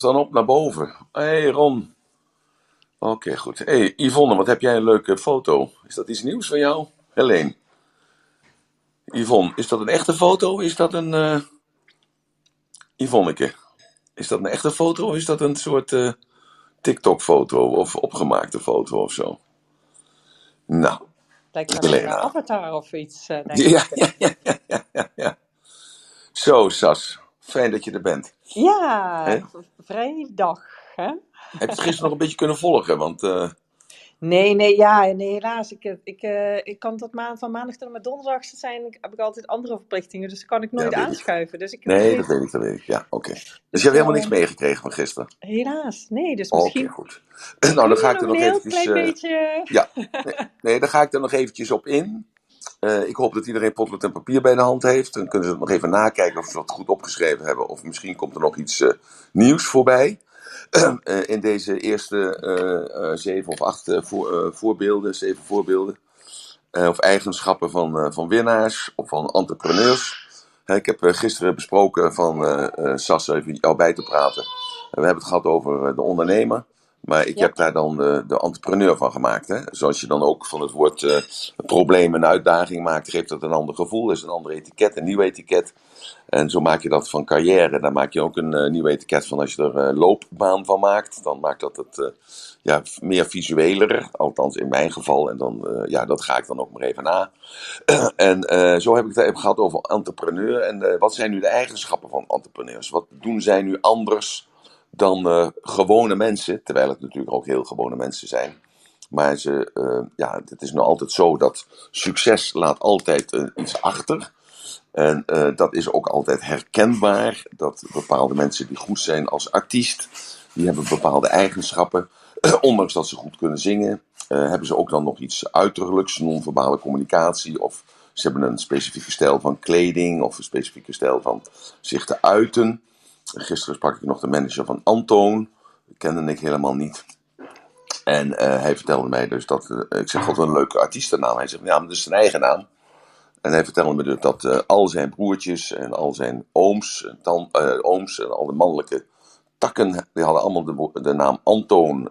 Dan op naar boven. Hey Ron. Oké, goed. Hey Yvonne, wat heb jij een leuke foto? Is dat iets nieuws van jou? Helene. Yvonne, is dat een echte foto? Is dat een... Yvonneke. Is dat een echte foto of is dat een soort TikTok-foto of opgemaakte foto of zo? Nou, Lijkt wel een Helena. avatar of iets, denk Ja, ik. ja. Zo, Sas. Fijn dat je er bent. Ja, Hè? vrijdag, hè? Heb je het gisteren nog een beetje kunnen volgen? Want Nee, helaas. Ik kan van maandag tot en met donderdag heb ik altijd andere verplichtingen, dus dan kan ik nooit ja, weet ik. aanschuiven. Dus ik heb het Nee, niet. dat weet ik. Ja, oké. Dus je Dus hebt helemaal niks meegekregen van gisteren? helaas, nee. Dus Oké, misschien goed. Nou, kun dan je ga ik nog er een nog heel eventjes... klein beetje. ja, nee, daar ga ik er nog eventjes op in. Ik hoop dat iedereen potlood en papier bij de hand heeft. Dan kunnen ze het nog even nakijken of ze dat goed opgeschreven hebben. Of misschien komt er nog iets nieuws voorbij. In deze eerste 7 of 8 voorbeelden, 7 voorbeelden. Of eigenschappen van winnaars of van entrepreneurs. Ik heb gisteren besproken van Sas even jou bij te praten. We hebben het gehad over de ondernemer. Maar ik Ja. heb daar dan de entrepreneur van gemaakt. Hè? Zoals je dan ook van het woord probleem een uitdaging maakt, geeft dat een ander gevoel. Is een ander etiket, een nieuw etiket. En zo maak je dat van carrière. Daar maak je ook een nieuw etiket van. Als je er loopbaan van maakt, dan maakt dat het meer visueler. Althans in mijn geval. En dan, dat ga ik dan ook maar even na. En zo heb ik het even gehad over entrepreneur. En wat zijn nu de eigenschappen van entrepreneurs? Wat doen zij nu anders dan gewone mensen? Terwijl het natuurlijk ook heel gewone mensen zijn. Maar het is nou altijd zo dat succes laat altijd iets achter. En dat is ook altijd herkenbaar. Dat bepaalde mensen die goed zijn als artiest, die hebben bepaalde eigenschappen. Ondanks dat ze goed kunnen zingen, hebben ze ook dan nog iets uiterlijks, non-verbale communicatie. Of ze hebben een specifieke stijl van kleding of een specifieke stijl van zich te uiten. Gisteren sprak ik nog de manager van Antoon. Dat kende ik helemaal niet. En hij vertelde mij dus dat... ik zeg, wat een leuke artiestennaam. Hij zegt, ja, maar dat is zijn eigen naam. En hij vertelde me dus dat al zijn broertjes en al zijn ooms en al de mannelijke takken, die hadden allemaal de naam Antoon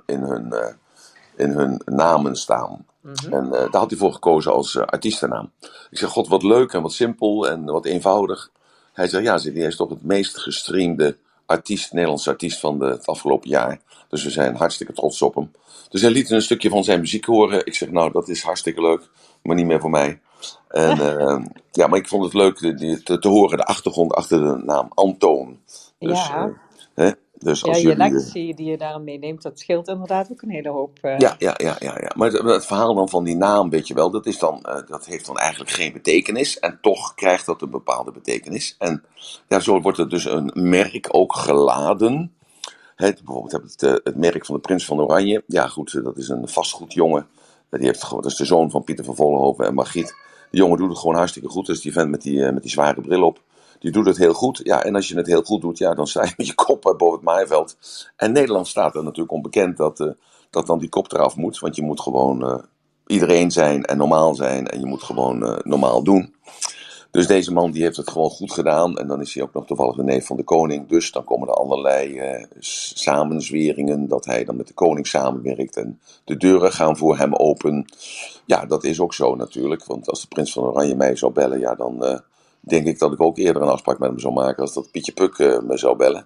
in hun namen staan. Mhm. En daar had hij voor gekozen als artiestennaam. Ik zeg, god, wat leuk en wat simpel en wat eenvoudig. Hij zegt, ja, hij is toch het meest gestreamde Nederlandse artiest van het afgelopen jaar. Dus we zijn hartstikke trots op hem. Dus hij liet een stukje van zijn muziek horen. Ik zeg, nou, dat is hartstikke leuk, maar niet meer voor mij. En maar ik vond het leuk te horen, de achtergrond achter de naam Antoon. Dus, Ja. Dus Ja, als je jullie... legacy die je daarin meeneemt, dat scheelt inderdaad ook een hele hoop. Ja. Maar het verhaal dan van die naam, weet je wel, dat heeft dan eigenlijk geen betekenis. En toch krijgt dat een bepaalde betekenis. En ja, zo wordt er dus een merk ook geladen. Bijvoorbeeld heb je het merk van de Prins van Oranje. Ja goed, dat is een vastgoedjongen. Dat is de zoon van Pieter van Vollenhoven en Margriet. Die jongen doet het gewoon hartstikke goed. Dus die vent met die zware bril op. Die doet het heel goed. Ja, en als je het heel goed doet, ja, dan sta je met je kop boven het maaiveld. En Nederland staat er natuurlijk onbekend dat dan die kop eraf moet. Want je moet gewoon iedereen zijn en normaal zijn. En je moet gewoon normaal doen. Dus deze man die heeft het gewoon goed gedaan. En dan is hij ook nog toevallig de neef van de koning. Dus dan komen er allerlei samenzweringen. Dat hij dan met de koning samenwerkt. En de deuren gaan voor hem open. Ja, dat is ook zo natuurlijk. Want als de prins van Oranje mij zou bellen. Ja, dan denk ik dat ik ook eerder een afspraak met hem zou maken. Als dat Pietje Puk me zou bellen.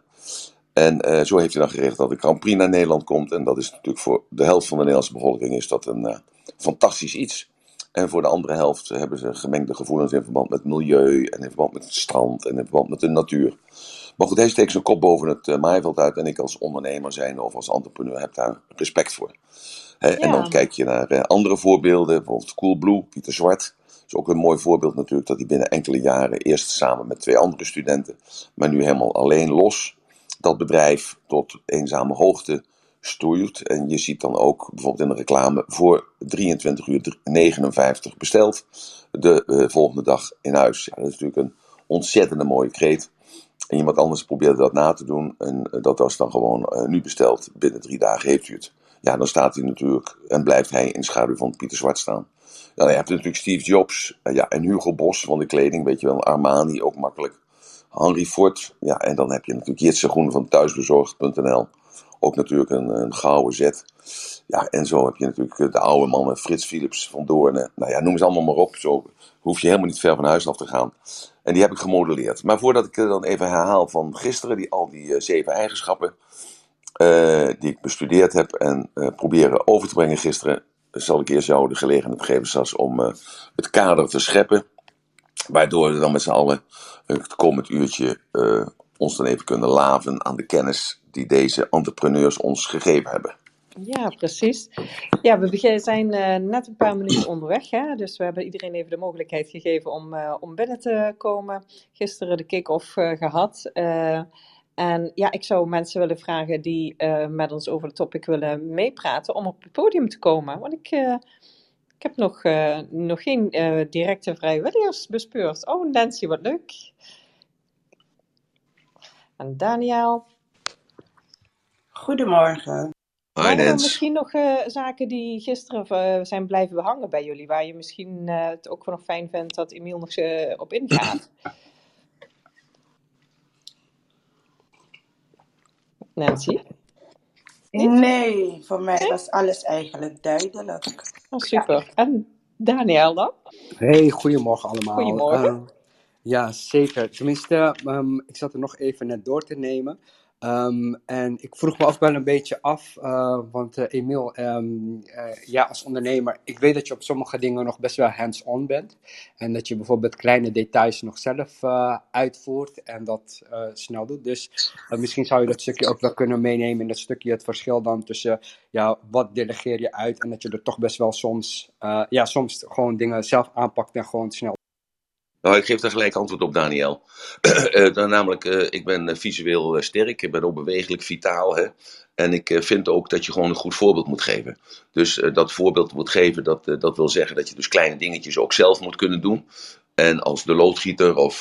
En zo heeft hij dan geregeld dat de Grand Prix naar Nederland komt. En dat is natuurlijk voor de helft van de Nederlandse bevolking is dat een fantastisch iets. En voor de andere helft hebben ze gemengde gevoelens in verband met milieu en in verband met het strand en in verband met de natuur. Maar goed, hij steekt zijn kop boven het maaiveld uit en ik als ondernemer zijn of als entrepreneur heb daar respect voor. En dan kijk je naar andere voorbeelden, bijvoorbeeld Coolblue, Pieter Zwart. Dat is ook een mooi voorbeeld natuurlijk dat hij binnen enkele jaren eerst samen met 2 andere studenten, maar nu helemaal alleen los, dat bedrijf tot eenzame hoogte stoeit. En je ziet dan ook bijvoorbeeld in de reclame voor 23:59 besteld. De volgende dag in huis. Ja, dat is natuurlijk een ontzettende mooie kreet. En iemand anders probeerde dat na te doen. En dat was dan gewoon nu besteld. Binnen 3 dagen heeft u het. Ja, dan staat hij natuurlijk en blijft hij in schaduw van Pieter Zwart staan. Dan heb je natuurlijk Steve Jobs en Hugo Boss van de kleding. Weet je wel, Armani ook makkelijk. Henry Ford. Ja, en dan heb je natuurlijk Jitse Groen van thuisbezorgd.nl. Ook natuurlijk een gouden zet. Ja, en zo heb je natuurlijk de oude mannen, Frits Philips van Doornen. Nou ja, noem ze allemaal maar op. Zo hoef je helemaal niet ver van huis af te gaan. En die heb ik gemodelleerd. Maar voordat ik dan even herhaal van gisteren, al die 7 eigenschappen die ik bestudeerd heb en proberen over te brengen gisteren, zal ik eerst jou de gelegenheid geven, Sas, om het kader te scheppen. Waardoor we dan met z'n allen het komend uurtje ons dan even kunnen laven aan de kennis die deze entrepreneurs ons gegeven hebben. Ja, precies. Ja, we zijn net een paar minuten onderweg, hè? Dus we hebben iedereen even de mogelijkheid gegeven om binnen te komen. Gisteren de kick-off gehad. En ja, ik zou mensen willen vragen die met ons over het topic willen meepraten om op het podium te komen. Want ik heb nog geen directe vrijwilligers bespeurd. Oh, Nancy, wat leuk. En Daniel. Goedemorgen. Waren er misschien nog zaken die gisteren zijn blijven hangen bij jullie, waar je misschien het ook wel nog fijn vindt dat Emiel nog op ingaat? Nancy? Nee, voor mij was alles eigenlijk duidelijk. Oh, super. Ja. En Daniel dan? Hey, goedemorgen allemaal. Goedemorgen. Ja, zeker. Tenminste, ik zat er nog even net door te nemen. En ik vroeg me ook wel een beetje af, want Emiel, ja, als ondernemer, ik weet dat je op sommige dingen nog best wel hands-on bent. En dat je bijvoorbeeld kleine details nog zelf uitvoert en dat snel doet. Dus misschien zou je dat stukje ook wel kunnen meenemen in dat stukje, het verschil dan tussen, ja, wat delegeer je uit en dat je er toch best wel soms gewoon dingen zelf aanpakt en gewoon snel. Nou, ik geef daar gelijk antwoord op, Daniel. Namelijk, ik ben visueel sterk, ik ben ook bewegelijk vitaal. Hè? En ik vind ook dat je gewoon een goed voorbeeld moet geven. Dus dat voorbeeld moet geven, dat wil zeggen dat je dus kleine dingetjes ook zelf moet kunnen doen. En als de loodgieter of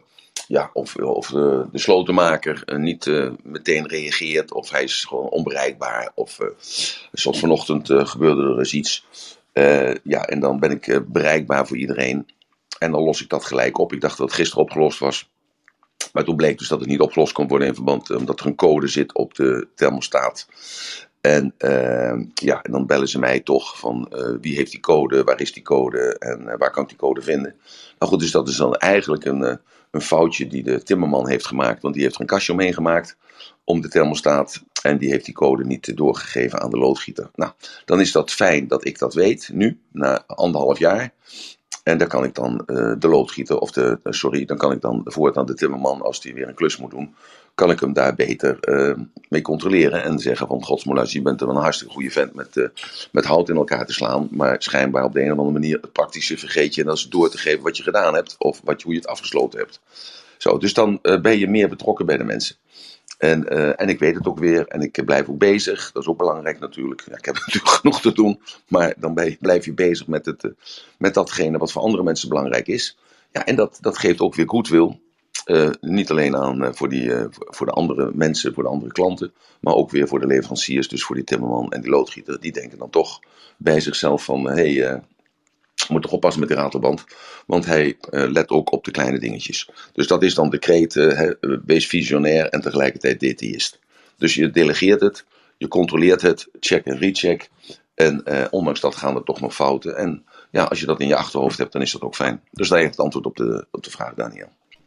de slotenmaker niet meteen reageert, of hij is gewoon onbereikbaar, of zoals vanochtend gebeurde er eens iets. En dan ben ik bereikbaar voor iedereen. En dan los ik dat gelijk op. Ik dacht dat het gisteren opgelost was. Maar toen bleek dus dat het niet opgelost kon worden in verband omdat er een code zit op de thermostaat. En dan bellen ze mij toch van wie heeft die code, waar is die code en waar kan ik die code vinden. Nou goed, dus dat is dan eigenlijk een foutje die de timmerman heeft gemaakt. Want die heeft er een kastje omheen gemaakt om de thermostaat. En die heeft die code niet doorgegeven aan de loodgieter. Nou, dan is dat fijn dat ik dat weet, nu, na 1,5 jaar. En dan kan ik dan de loodgieter, dan kan ik dan voortaan de timmerman, als die weer een klus moet doen, kan ik hem daar beter mee controleren en zeggen van, godsmoeders, je bent er wel een hartstikke goede vent met hout in elkaar te slaan, maar schijnbaar op de een of andere manier het praktische vergeet je en dat is door te geven wat je gedaan hebt of hoe je het afgesloten hebt. Zo, dus dan ben je meer betrokken bij de mensen. En ik weet het ook weer. En ik blijf ook bezig. Dat is ook belangrijk natuurlijk. Ja, ik heb natuurlijk genoeg te doen. Maar dan blijf je bezig met datgene wat voor andere mensen belangrijk is. Ja, en dat geeft ook weer goodwill. Niet alleen aan voor de andere mensen, voor de andere klanten. Maar ook weer voor de leveranciers. Dus voor die timmerman en die loodgieter. Die denken dan toch bij zichzelf van... moet toch oppassen met de ratelband, want hij let ook op de kleine dingetjes. Dus dat is dan de kreet, wees visionair en tegelijkertijd detailist. Dus je delegeert het, je controleert het, check en recheck. En ondanks dat gaan er toch nog fouten. En ja, als je dat in je achterhoofd hebt, dan is dat ook fijn. Dus daar heeft het antwoord op de vraag, Daniel.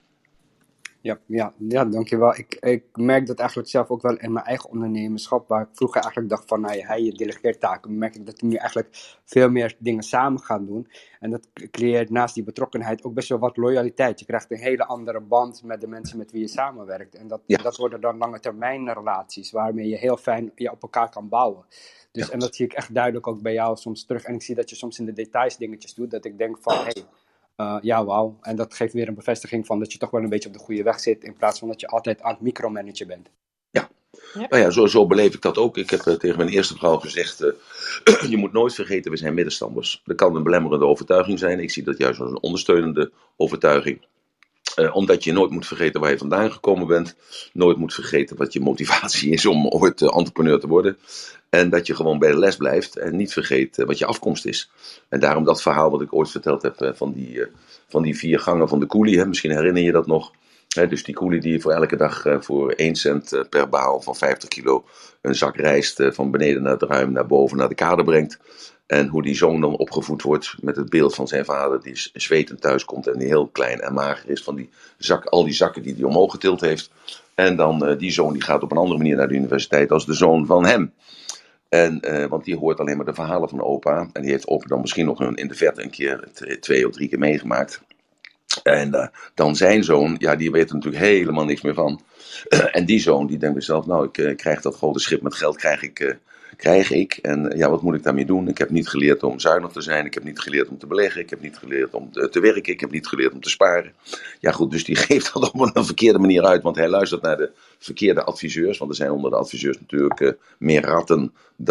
Ja, dankjewel. Ik merk dat eigenlijk zelf ook wel in mijn eigen ondernemerschap, waar ik vroeger eigenlijk dacht van, je delegeert taken, merk ik dat ik nu eigenlijk veel meer dingen samen ga doen. En dat creëert naast die betrokkenheid ook best wel wat loyaliteit. Je krijgt een hele andere band met de mensen met wie je samenwerkt. En dat worden dan lange termijn relaties, waarmee je heel fijn op elkaar kan bouwen. Dus, en dat zie ik echt duidelijk ook bij jou soms terug. En ik zie dat je soms in de details dingetjes doet, dat ik denk van, wauw. En dat geeft weer een bevestiging van dat je toch wel een beetje op de goede weg zit, in plaats van dat je altijd aan het micromanagen bent. Ja. Nou ja, zo beleef ik dat ook. Ik heb tegen mijn eerste vrouw gezegd, je moet nooit vergeten, we zijn middenstanders. Dat kan een belemmerende overtuiging zijn. Ik zie dat juist als een ondersteunende overtuiging. Omdat je nooit moet vergeten waar je vandaan gekomen bent. Nooit moet vergeten wat je motivatie is om ooit entrepreneur te worden. En dat je gewoon bij de les blijft en niet vergeet wat je afkomst is. En daarom dat verhaal wat ik ooit verteld heb van die 4 gangen van de koelie. Misschien herinner je dat nog. Dus die koelie die voor elke dag voor 1 cent per baal van 50 kilo een zak rijst van beneden naar het ruim naar boven naar de kade brengt. En hoe die zoon dan opgevoed wordt met het beeld van zijn vader die zwetend thuis komt en die heel klein en mager is van al die zakken die hij omhoog getild heeft. En dan die zoon die gaat op een andere manier naar de universiteit als de zoon van hem. Want die hoort alleen maar de verhalen van opa. En die heeft opa dan misschien nog in de verte een keer 2 of 3 keer meegemaakt. En dan zijn zoon, ja, die weet er natuurlijk helemaal niks meer van. En die zoon, die denkt bij zichzelf, nou, ik krijg dat grote schip met geld, krijg ik. En ja, wat moet ik daarmee doen? Ik heb niet geleerd om zuinig te zijn. Ik heb niet geleerd om te beleggen. Ik heb niet geleerd om te werken. Ik heb niet geleerd om te sparen. Ja goed, dus die geeft dat op een verkeerde manier uit. Want hij luistert naar de verkeerde adviseurs. Want er zijn onder de adviseurs natuurlijk meer ratten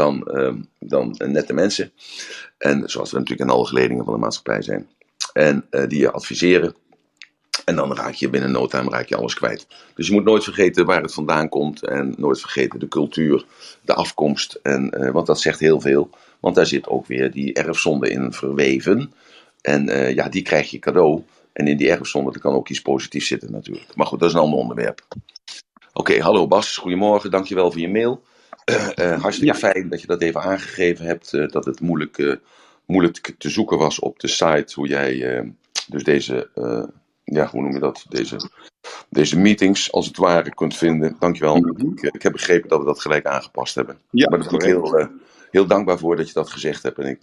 dan nette mensen. En zoals er natuurlijk in alle geledingen van de maatschappij zijn. En die je adviseren. En dan raak je binnen no time alles kwijt. Dus je moet nooit vergeten waar het vandaan komt. En nooit vergeten de cultuur, de afkomst. Want dat zegt heel veel. Want daar zit ook weer die erfzonde in verweven. En ja, die krijg je cadeau. En in die erfzonde kan ook iets positiefs zitten natuurlijk. Maar goed, dat is een ander onderwerp. Oké, hallo Bas. Goedemorgen. Dankjewel voor je mail. Hartstikke fijn dat je dat even aangegeven hebt. Dat het moeilijk te zoeken was op de site. Hoe jij dus deze... hoe noem je dat? Deze meetings als het ware kunt vinden. Dankjewel. Ik heb begrepen dat we dat gelijk aangepast hebben. Ja, maar daar ben ik heel dankbaar voor dat je dat gezegd hebt. En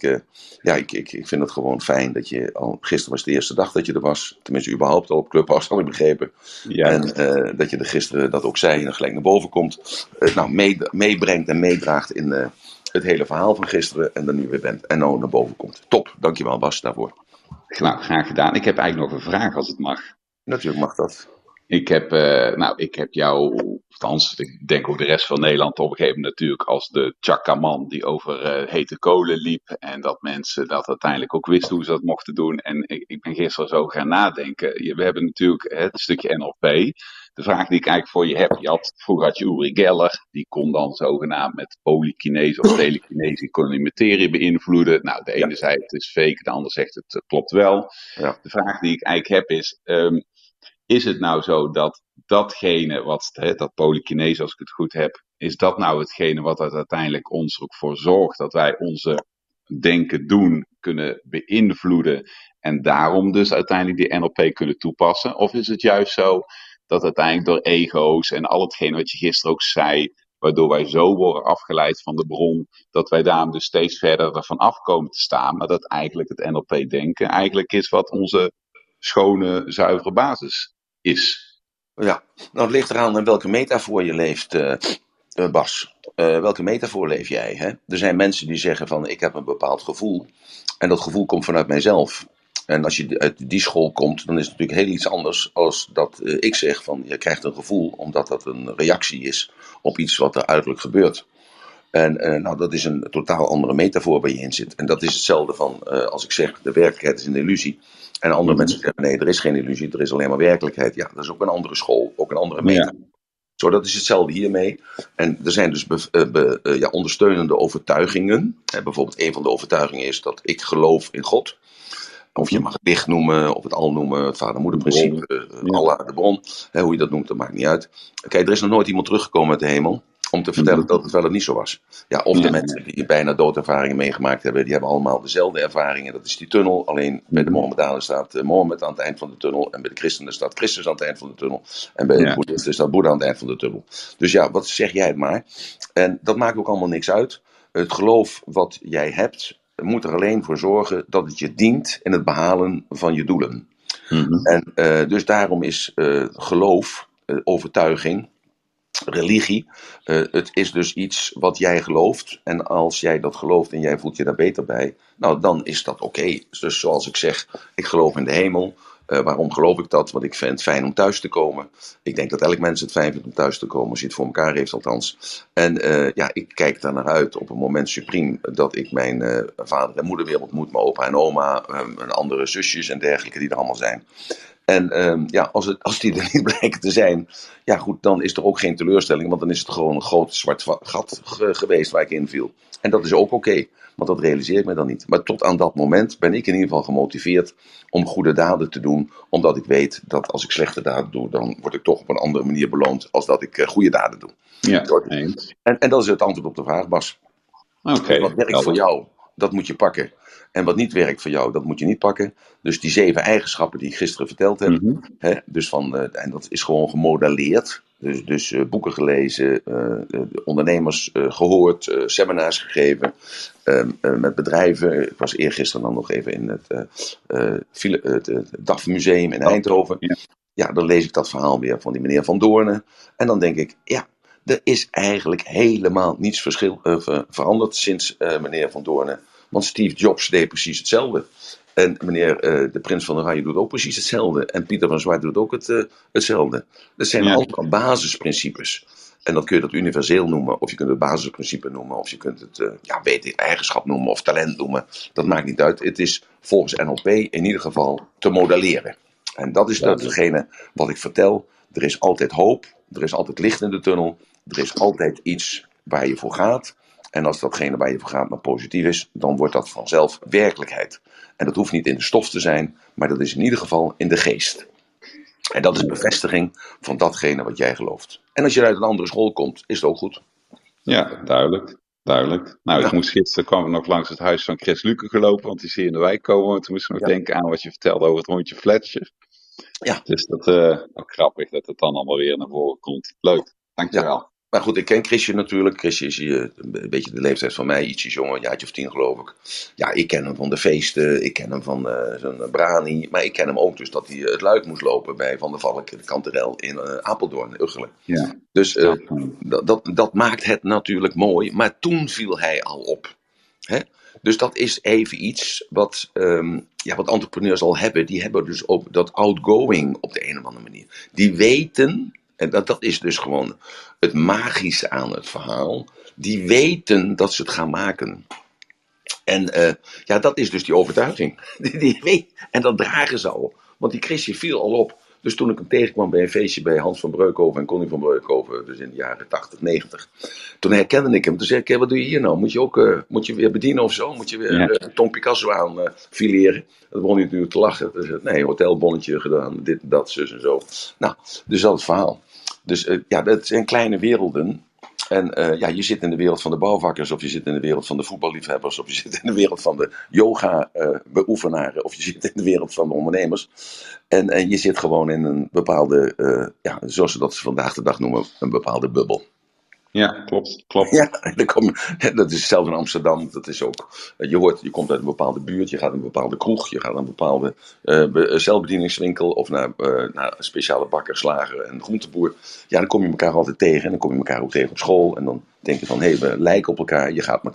ik vind het gewoon fijn dat je gisteren was de eerste dag dat je er was. Tenminste, überhaupt al op Clubhouse, had ik begrepen. Ja. En dat je er gisteren dat ook zei en gelijk naar boven komt. Meebrengt en meedraagt in het hele verhaal van gisteren. En er nu weer bent. En nou naar boven komt. Top. Dankjewel Bas daarvoor. Graag gedaan. Ik heb eigenlijk nog een vraag als het mag. Natuurlijk mag dat. Ik heb jou, althans, ik denk ook de rest van Nederland op een gegeven moment natuurlijk als de Chakaman die over hete kolen liep. En dat mensen dat uiteindelijk ook wisten hoe ze dat mochten doen. En ik ben gisteren zo gaan nadenken. We hebben natuurlijk het stukje NLP. De vraag die ik eigenlijk voor je heb. Vroeger had je Uri Geller. Die kon dan zogenaamd met polykinese of telekinese kon die materie beïnvloeden. Nou, de ene zei het is fake, de ander zegt het klopt wel. Ja. De vraag die ik eigenlijk heb is het nou zo dat datgene dat polykinese, als ik het goed heb, is dat nou hetgene wat er uiteindelijk ons ook voor zorgt dat wij onze denken doen kunnen beïnvloeden en daarom dus uiteindelijk die NLP kunnen toepassen? Of is het juist zo dat uiteindelijk door ego's en al hetgene wat je gisteren ook zei, waardoor wij zo worden afgeleid van de bron, dat wij daarom dus steeds verder ervan afkomen te staan, maar dat eigenlijk het NLP-denken eigenlijk is wat onze schone, zuivere basis is. Ja, nou het ligt eraan in welke metafoor je leeft, Bas. Welke metafoor leef jij? Hè? Er zijn mensen die zeggen van ik heb een bepaald gevoel en dat gevoel komt vanuit mijzelf. En als je uit die school komt, dan is het natuurlijk heel iets anders als dat ik zeg van je krijgt een gevoel omdat dat een reactie is op iets wat er uiterlijk gebeurt. En dat is een totaal andere metafoor waar je in zit. En dat is hetzelfde van als ik zeg de werkelijkheid is een illusie. En andere mensen zeggen nee, er is geen illusie, er is alleen maar werkelijkheid. Ja, dat is ook een andere school, ook een andere metafoor. Ja. Zo, dat is hetzelfde hiermee. En er zijn dus ondersteunende overtuigingen. Bijvoorbeeld een van de overtuigingen is dat ik geloof in God. Of je mag het licht noemen, of het al noemen, het vader-moeder-principe, Allah, de bron. Hoe je dat noemt, dat maakt niet uit. Kijk, er is nog nooit iemand teruggekomen uit de hemel om te vertellen dat het wel of niet zo was. Ja, of de mensen die bijna doodervaringen meegemaakt hebben, die hebben allemaal dezelfde ervaringen. Dat is die tunnel. Alleen bij de Mohammedanen staat Mohammed aan het eind van de tunnel. En bij de christenen staat Christus aan het eind van de tunnel. En bij de boeddhisten staat Boeddha aan het eind van de tunnel. Dus ja, wat zeg jij het maar. En dat maakt ook allemaal niks uit. Het geloof wat jij hebt, moet er alleen voor zorgen dat het je dient in het behalen van je doelen. En dus daarom is geloof, overtuiging, religie, het is dus iets wat jij gelooft. En als jij dat gelooft en jij voelt je daar beter bij, nou dan is dat oké. Dus zoals ik zeg, ik geloof in de hemel. Waarom geloof ik dat? Want ik vind het fijn om thuis te komen. Ik denk dat elk mens het fijn vindt om thuis te komen, als hij het voor elkaar heeft althans. En ik kijk daar naar uit op een moment supriem dat ik mijn vader en moeder weer ontmoet, mijn opa en oma, mijn andere zusjes en dergelijke die er allemaal zijn. En als die er niet blijken te zijn, ja goed, dan is er ook geen teleurstelling, want dan is het gewoon een groot zwart gat geweest waar ik in viel. En dat is ook oké, want dat realiseer ik me dan niet. Maar tot aan dat moment ben ik in ieder geval gemotiveerd om goede daden te doen. Omdat ik weet dat als ik slechte daden doe, dan word ik toch op een andere manier beloond als dat ik goede daden doe. Ja, eens. En dat is het antwoord op de vraag, Bas. Oké. Wat werkt voor jou, dat moet je pakken. En wat niet werkt voor jou, dat moet je niet pakken. Dus die 7 eigenschappen die ik gisteren verteld heb. Dus en dat is gewoon gemodelleerd. Dus boeken gelezen, ondernemers gehoord, seminars gegeven. Met bedrijven. Ik was eergisteren dan nog even in het DAF-museum in Eindhoven. Ja, dan lees ik dat verhaal weer van die meneer Van Doornen. En dan denk ik, ja, er is eigenlijk helemaal niets veranderd sinds meneer Van Doornen. Want Steve Jobs deed precies hetzelfde. En meneer de Prins van Oranje doet ook precies hetzelfde. En Pieter van Zwart doet ook hetzelfde. Dat zijn allemaal basisprincipes. En dan kun je dat universeel noemen. Of je kunt het basisprincipe noemen. Of je kunt het eigenschap noemen. Of talent noemen. Dat maakt niet uit. Het is volgens NLP in ieder geval te modelleren. En dat is datgene wat ik vertel. Er is altijd hoop. Er is altijd licht in de tunnel. Er is altijd iets waar je voor gaat. En als datgene waar je voor gaat maar positief is, dan wordt dat vanzelf werkelijkheid. En dat hoeft niet in de stof te zijn, maar dat is in ieder geval in de geest. En dat is bevestiging van datgene wat jij gelooft. En als je uit een andere school komt, is het ook goed. Ja, duidelijk. Nou, kwam ik nog langs het huis van Chris Luke gelopen, want die zie je in de wijk komen. Toen moest ik nog denken aan wat je vertelde over het hondje Fletcher. Ja. Dus dat ook grappig dat het dan allemaal weer naar voren komt. Leuk, dankjewel. Ja. Maar goed, ik ken Chrisje natuurlijk. Chrisje is een beetje de leeftijd van mij, ietsjes jonger, een jaartje of 10 geloof ik. Ja, ik ken hem van de feesten, ik ken hem van zijn brani. Maar ik ken hem ook dus dat hij het Luik moest lopen bij Van der Valk, de kanterel in Apeldoorn, Uggelen. Ja. Dus dat maakt het natuurlijk mooi. Maar toen viel hij al op. Hè? Dus dat is even iets wat entrepreneurs al hebben. Die hebben dus ook dat outgoing op de een of andere manier. Die weten, en dat is dus gewoon het magische aan het verhaal. Die weten dat ze het gaan maken. En dat is dus die overtuiging. Die weet, en dat dragen ze al. Want die Chrisje viel al op. Dus toen ik hem tegenkwam bij een feestje bij Hans van Breukhoven en Connie van Breukhoven, dus in de jaren 80, 90. Toen herkende ik hem. Toen zei ik, wat doe je hier nou? Moet je weer bedienen of zo? Moet je weer Tom Picasso aan fileren? Dat begon hij natuurlijk te lachen. Toen zei nee, hotelbonnetje gedaan, dit, dat, zus en zo. Nou, dus dat is het verhaal. Dus dat zijn kleine werelden. En je zit in de wereld van de bouwvakkers, of je zit in de wereld van de voetballiefhebbers, of je zit in de wereld van de yoga-beoefenaren, of je zit in de wereld van de ondernemers. En je zit gewoon in een bepaalde, zoals ze dat vandaag de dag noemen, een bepaalde bubbel. Ja, klopt. Ja, dat is hetzelfde in Amsterdam. Dat is ook, je komt uit een bepaalde buurt, je gaat naar een bepaalde kroeg, je gaat naar een bepaalde zelfbedieningswinkel of naar een speciale bakker, slager en groenteboer. Ja, dan kom je elkaar altijd tegen en dan kom je elkaar ook tegen op school. En dan denk je van, we lijken op elkaar, je gaat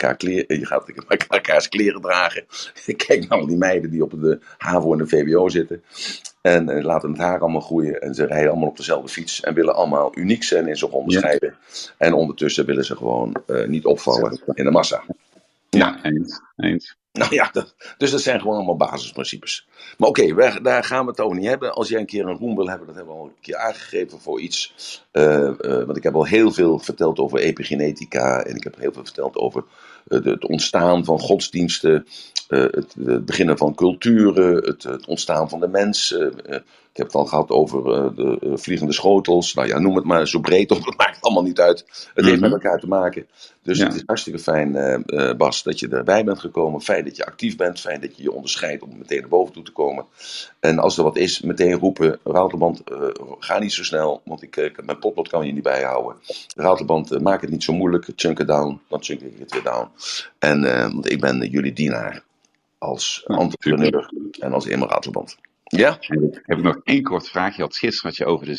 elkaars kleren dragen. Kijk nou die meiden die op de HAVO en de VWO zitten. En laten het haar allemaal groeien. En ze rijden allemaal op dezelfde fiets. En willen allemaal uniek zijn en zich onderscheiden. Ja. En ondertussen willen ze gewoon niet opvallen in de massa. Ja, eens. Nou ja, dus dat zijn gewoon allemaal basisprincipes. Maar oké, daar gaan we het over niet hebben. Als jij een keer een roem wil hebben, dat hebben we al een keer aangegeven voor iets. Want ik heb al heel veel verteld over epigenetica. En ik heb heel veel verteld over het ontstaan van godsdiensten. Het beginnen van culturen. Het ontstaan van de mens. Ik heb het al gehad over de vliegende schotels. Nou ja, noem het maar zo breed op. Het maakt allemaal niet uit. Het heeft met elkaar te maken. Dus het is hartstikke fijn, Bas, dat je erbij bent gekomen. Fijn dat je actief bent. Fijn dat je je onderscheidt om meteen naar boven toe te komen. En als er wat is, meteen roepen. Ratelband, ga niet zo snel. Want mijn potlood kan je niet bijhouden. Ratelband, maak het niet zo moeilijk. Chunk it down. Dan chunk ik het weer down. En want ik ben jullie dienaar. Als entrepreneur en als Ratelband. Ja? Heb ik nog één kort vraagje. Gisteren had je over de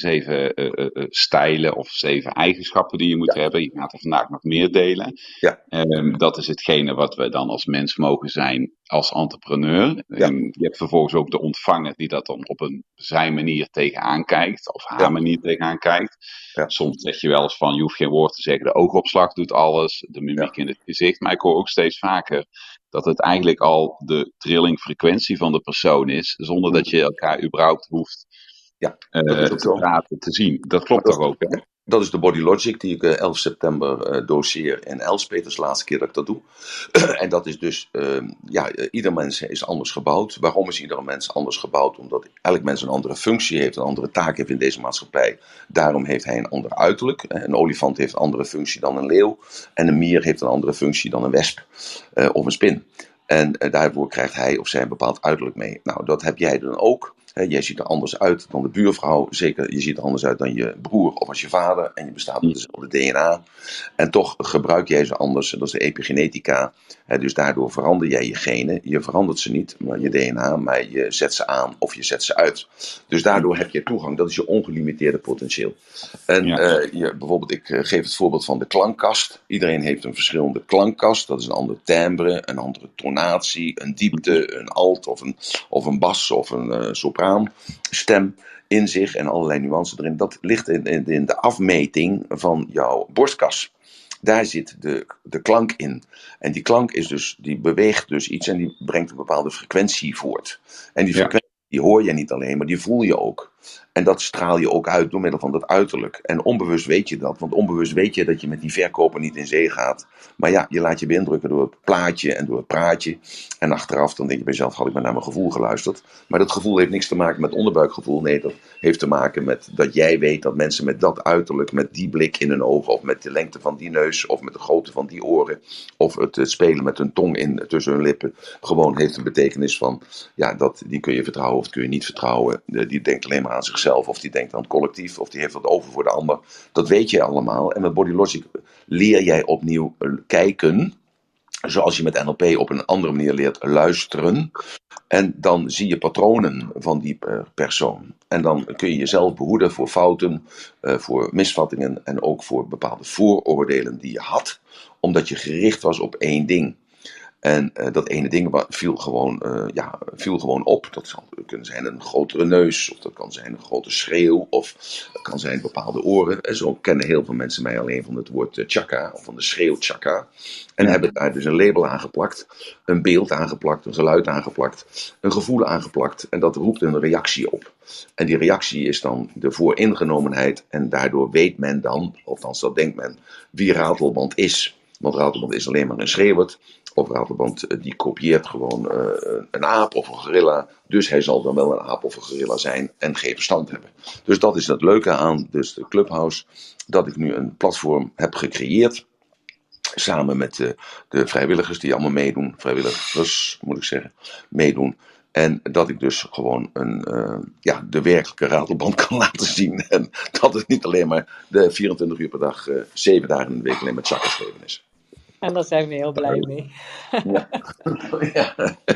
7 stijlen of 7 eigenschappen die je moet hebben. Je gaat er vandaag nog meer delen. Ja. Dat is hetgene wat we dan als mens mogen zijn als entrepreneur. Ja. Je hebt vervolgens ook de ontvanger die dat dan op zijn manier tegenaan kijkt. Of haar manier tegenaan kijkt. Ja. Soms zeg je wel eens van, je hoeft geen woord te zeggen. De oogopslag doet alles. De mimiek in het gezicht. Maar ik hoor ook steeds vaker dat het eigenlijk al de trillingfrequentie van de persoon is, zonder dat je elkaar überhaupt hoeft te praten, te zien. Dat klopt toch ook, hè? Dat is de Body Logic die ik 11 september doseer in Elspet. Dat is de laatste keer dat ik dat doe. En dat is dus, ieder mens is anders gebouwd. Waarom is ieder mens anders gebouwd? Omdat elk mens een andere functie heeft, een andere taak heeft in deze maatschappij. Daarom heeft hij een ander uiterlijk. Een olifant heeft een andere functie dan een leeuw. En een mier heeft een andere functie dan een wesp of een spin. En daarvoor krijgt hij of zij een bepaald uiterlijk mee. Nou, dat heb jij dan ook. Jij ziet er anders uit dan de buurvrouw. Zeker, je ziet er anders uit dan je broer of als je vader. En je bestaat uit dezelfde DNA. En toch gebruik jij ze anders. Dat is de epigenetica. Dus daardoor verander jij je genen. Je verandert ze niet, maar je DNA. Maar je zet ze aan of je zet ze uit. Dus daardoor heb je toegang. Dat is je ongelimiteerde potentieel. En bijvoorbeeld, ik geef het voorbeeld van de klankkast. Iedereen heeft een verschillende klankkast. Dat is een andere timbre, een andere tonatie, een diepte, een alt of een bas of een sopraanstem in zich en allerlei nuances erin. Dat ligt in de afmeting van jouw borstkas. Daar zit de klank in. En die klank is dus, die beweegt dus iets en die brengt een bepaalde frequentie voort. En die frequentie die hoor je niet alleen, maar die voel je ook. En dat straal je ook uit door middel van dat uiterlijk. En onbewust weet je dat. Want onbewust weet je dat je met die verkoper niet in zee gaat. Maar ja, je laat je beïndrukken door het plaatje en door het praatje. En achteraf dan denk je bij jezelf, had ik maar naar mijn gevoel geluisterd. Maar dat gevoel heeft niks te maken met onderbuikgevoel. Nee, dat heeft te maken met dat jij weet dat mensen met dat uiterlijk, met die blik in hun ogen, of met de lengte van die neus, of met de grootte van die oren, of het spelen met hun tong tussen hun lippen, gewoon heeft een betekenis van, die kun je vertrouwen of kun je niet vertrouwen. Die denkt alleen maar aan zichzelf, of die denkt aan het collectief, of die heeft wat over voor de ander. Dat weet je allemaal. En met Body Logic leer jij opnieuw kijken, zoals je met NLP op een andere manier leert luisteren. En dan zie je patronen van die persoon. En dan kun je jezelf behoeden voor fouten, voor misvattingen en ook voor bepaalde vooroordelen die je had, omdat je gericht was op één ding. En dat ene ding viel gewoon op. Dat zou kunnen zijn een grotere neus, of dat kan zijn een grote schreeuw, of dat kan zijn bepaalde oren. En zo kennen heel veel mensen mij alleen van het woord chakra, of van de schreeuw chakra. En hebben daar dus een label aangeplakt, een beeld aangeplakt, een geluid aangeplakt, een gevoel aangeplakt. En dat roept een reactie op. En die reactie is dan de vooringenomenheid. En daardoor weet men dan, althans dat denkt men, wie Ratelband is. Want Ratelband is alleen maar een schreeuwert. Of Ratelband die kopieert gewoon een aap of een gorilla. Dus hij zal dan wel een aap of een gorilla zijn en geen verstand hebben. Dus dat is het leuke aan dus de Clubhouse. Dat ik nu een platform heb gecreëerd. Samen met de vrijwilligers die allemaal meedoen. Vrijwilligers moet ik zeggen. Meedoen. En dat ik dus gewoon de werkelijke Ratelband kan laten zien. En dat het niet alleen maar de 24 uur per dag, 7 dagen in de week alleen met chakra geschreven is. En daar zijn we heel blij mee. Ja.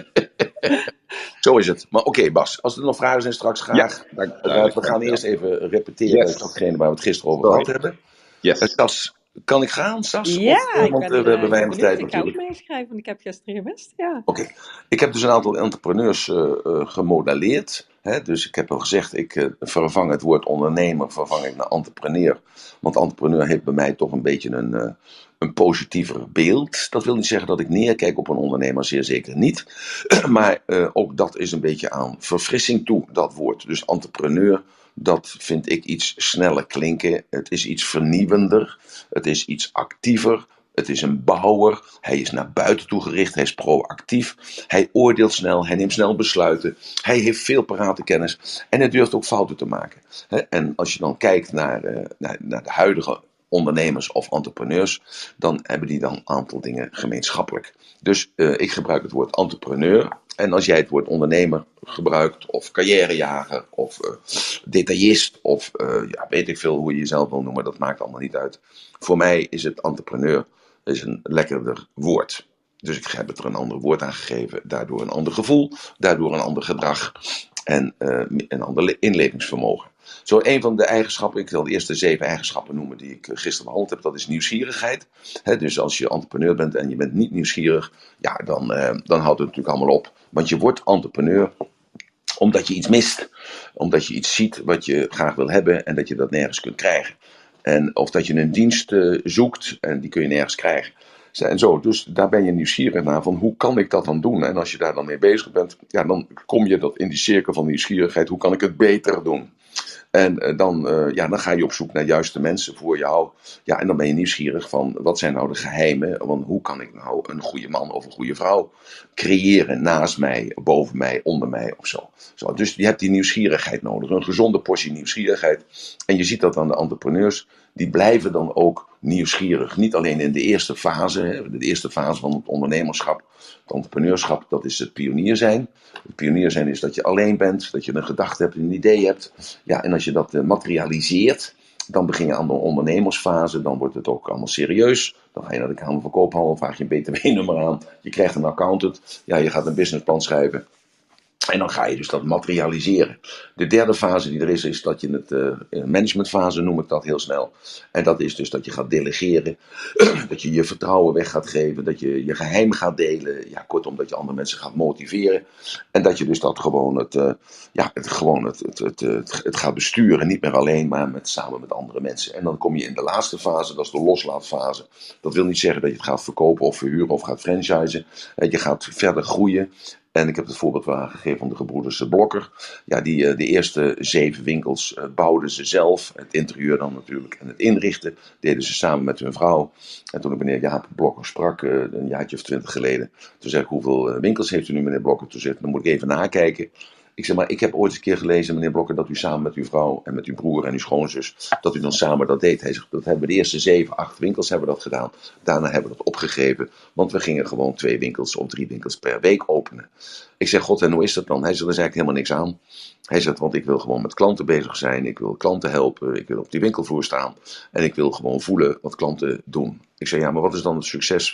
Zo is het. Maar oké, Bas, als er nog vragen zijn straks graag. We gaan eerst even repeteren datgene waar we het gisteren over gehad hebben. Yes. Sas, kan ik gaan, Sas? Ja, Want we hebben weinig tijd ik ga ook natuurlijk. meeschrijven, want ik heb gisteren gemist. Ja. Oké. Ik heb dus een aantal entrepreneurs gemodelleerd. Dus ik heb al gezegd, ik vervang het woord ondernemer naar entrepreneur. Want entrepreneur heeft bij mij toch een beetje een positiever beeld. Dat wil niet zeggen dat ik neerkijk op een ondernemer, zeer zeker niet. Maar ook dat is een beetje aan verfrissing toe, dat woord. Dus entrepreneur, dat vind ik iets sneller klinken. Het is iets vernieuwender. Het is iets actiever. Het is een bouwer. Hij is naar buiten toe gericht. Hij is proactief. Hij oordeelt snel. Hij neemt snel besluiten. Hij heeft veel parate kennis. En hij durft ook fouten te maken. En als je dan kijkt naar de huidige ondernemers of entrepreneurs, dan hebben die dan een aantal dingen gemeenschappelijk. Dus ik gebruik het woord entrepreneur. En als jij het woord ondernemer gebruikt, of carrièrejager, of detailist, of weet ik veel hoe je jezelf wil noemen, dat maakt allemaal niet uit. Voor mij is het entrepreneur een lekkerder woord. Dus ik heb het er een ander woord aan gegeven, daardoor een ander gevoel, daardoor een ander gedrag en een ander inlevingsvermogen. Zo een van de eigenschappen, ik zal de eerste 7 eigenschappen noemen die ik gisteren behandeld heb, dat is nieuwsgierigheid. Dus als je entrepreneur bent en je bent niet nieuwsgierig, dan houdt het natuurlijk allemaal op. Want je wordt entrepreneur omdat je iets mist, omdat je iets ziet wat je graag wil hebben en dat je dat nergens kunt krijgen. Of dat je een dienst zoekt en die kun je nergens krijgen. En zo, dus daar ben je nieuwsgierig naar van hoe kan ik dat dan doen? En als je daar dan mee bezig bent, dan kom je in die cirkel van nieuwsgierigheid, hoe kan ik het beter doen? En dan ga je op zoek naar juiste mensen voor jou. Ja, en dan ben je nieuwsgierig van wat zijn nou de geheimen? Want hoe kan ik nou een goede man of een goede vrouw creëren naast mij, boven mij, onder mij of zo. Dus je hebt die nieuwsgierigheid nodig, een gezonde portie nieuwsgierigheid. En je ziet dat aan de entrepreneurs, die blijven dan ook nieuwsgierig. Niet alleen in de eerste fase, de eerste fase van het ondernemerschap, het entrepreneurschap, dat is het pionier zijn. Het pionier zijn is dat je alleen bent, dat je een gedachte hebt, een idee hebt. Ja, en als je dat materialiseert, dan begin je aan de ondernemersfase, dan wordt het ook allemaal serieus. Dan ga je naar de Kamer van Koophandel, vraag je een btw-nummer aan, je krijgt een accountant, ja, je gaat een businessplan schrijven. En dan ga je dus dat materialiseren. De derde fase die er is dat je het managementfase noem ik dat heel snel. En dat is dus dat je gaat delegeren, dat je je vertrouwen weg gaat geven, dat je je geheim gaat delen. Ja, kortom, dat je andere mensen gaat motiveren. En dat je dus dat gewoon het gaat besturen. Niet meer alleen, maar samen met andere mensen. En dan kom je in de laatste fase, dat is de loslaatfase. Dat wil niet zeggen dat je het gaat verkopen of verhuren of gaat franchisen. Je gaat verder groeien. En ik heb het voorbeeld wel aangegeven van de gebroeders Blokker. Ja, de eerste 7 winkels bouwden ze zelf. Het interieur dan natuurlijk en het inrichten deden ze samen met hun vrouw. En toen ik meneer Jaap Blokker sprak, een jaartje of 20 geleden. Toen zei ik, hoeveel winkels heeft u nu meneer Blokker? Toen zei ik, dan moet ik even nakijken. Ik zeg maar, ik heb ooit eens een keer gelezen, meneer Blokker, dat u samen met uw vrouw en met uw broer en uw schoonzus, dat u dan samen dat deed. Hij zegt, dat hebben we de eerste 7, 8 winkels hebben we dat gedaan. Daarna hebben we dat opgegeven, want we gingen gewoon 2 winkels of 3 winkels per week openen. Ik zeg, god, en hoe is dat dan? Hij zegt, er is eigenlijk helemaal niks aan. Hij zegt, want ik wil gewoon met klanten bezig zijn, ik wil klanten helpen, ik wil op die winkelvloer staan en ik wil gewoon voelen wat klanten doen. Ik zei, ja, maar wat is dan het succes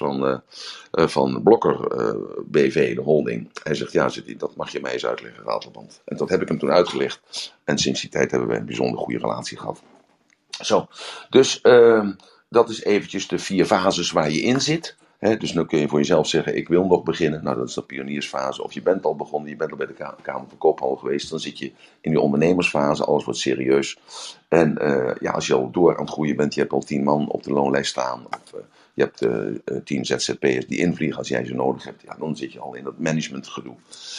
van Blokker BV, de holding? Hij zegt, ja, dat mag je mij eens uitleggen, Ratelband. En dat heb ik hem toen uitgelegd. En sinds die tijd hebben we een bijzonder goede relatie gehad. Zo, dus dat is eventjes de 4 fases waar je in zit. Dus dan kun je voor jezelf zeggen, ik wil nog beginnen. Nou, dat is de pioniersfase. Of je bent al begonnen, je bent al bij de Kamer van Koophandel geweest. Dan zit je in die ondernemersfase, alles wordt serieus. En als je al door aan het groeien bent, je hebt al 10 man op de loonlijst staan. Of je hebt 10 ZZP'ers die invliegen als jij ze nodig hebt. Ja, dan zit je al in dat managementgedoe.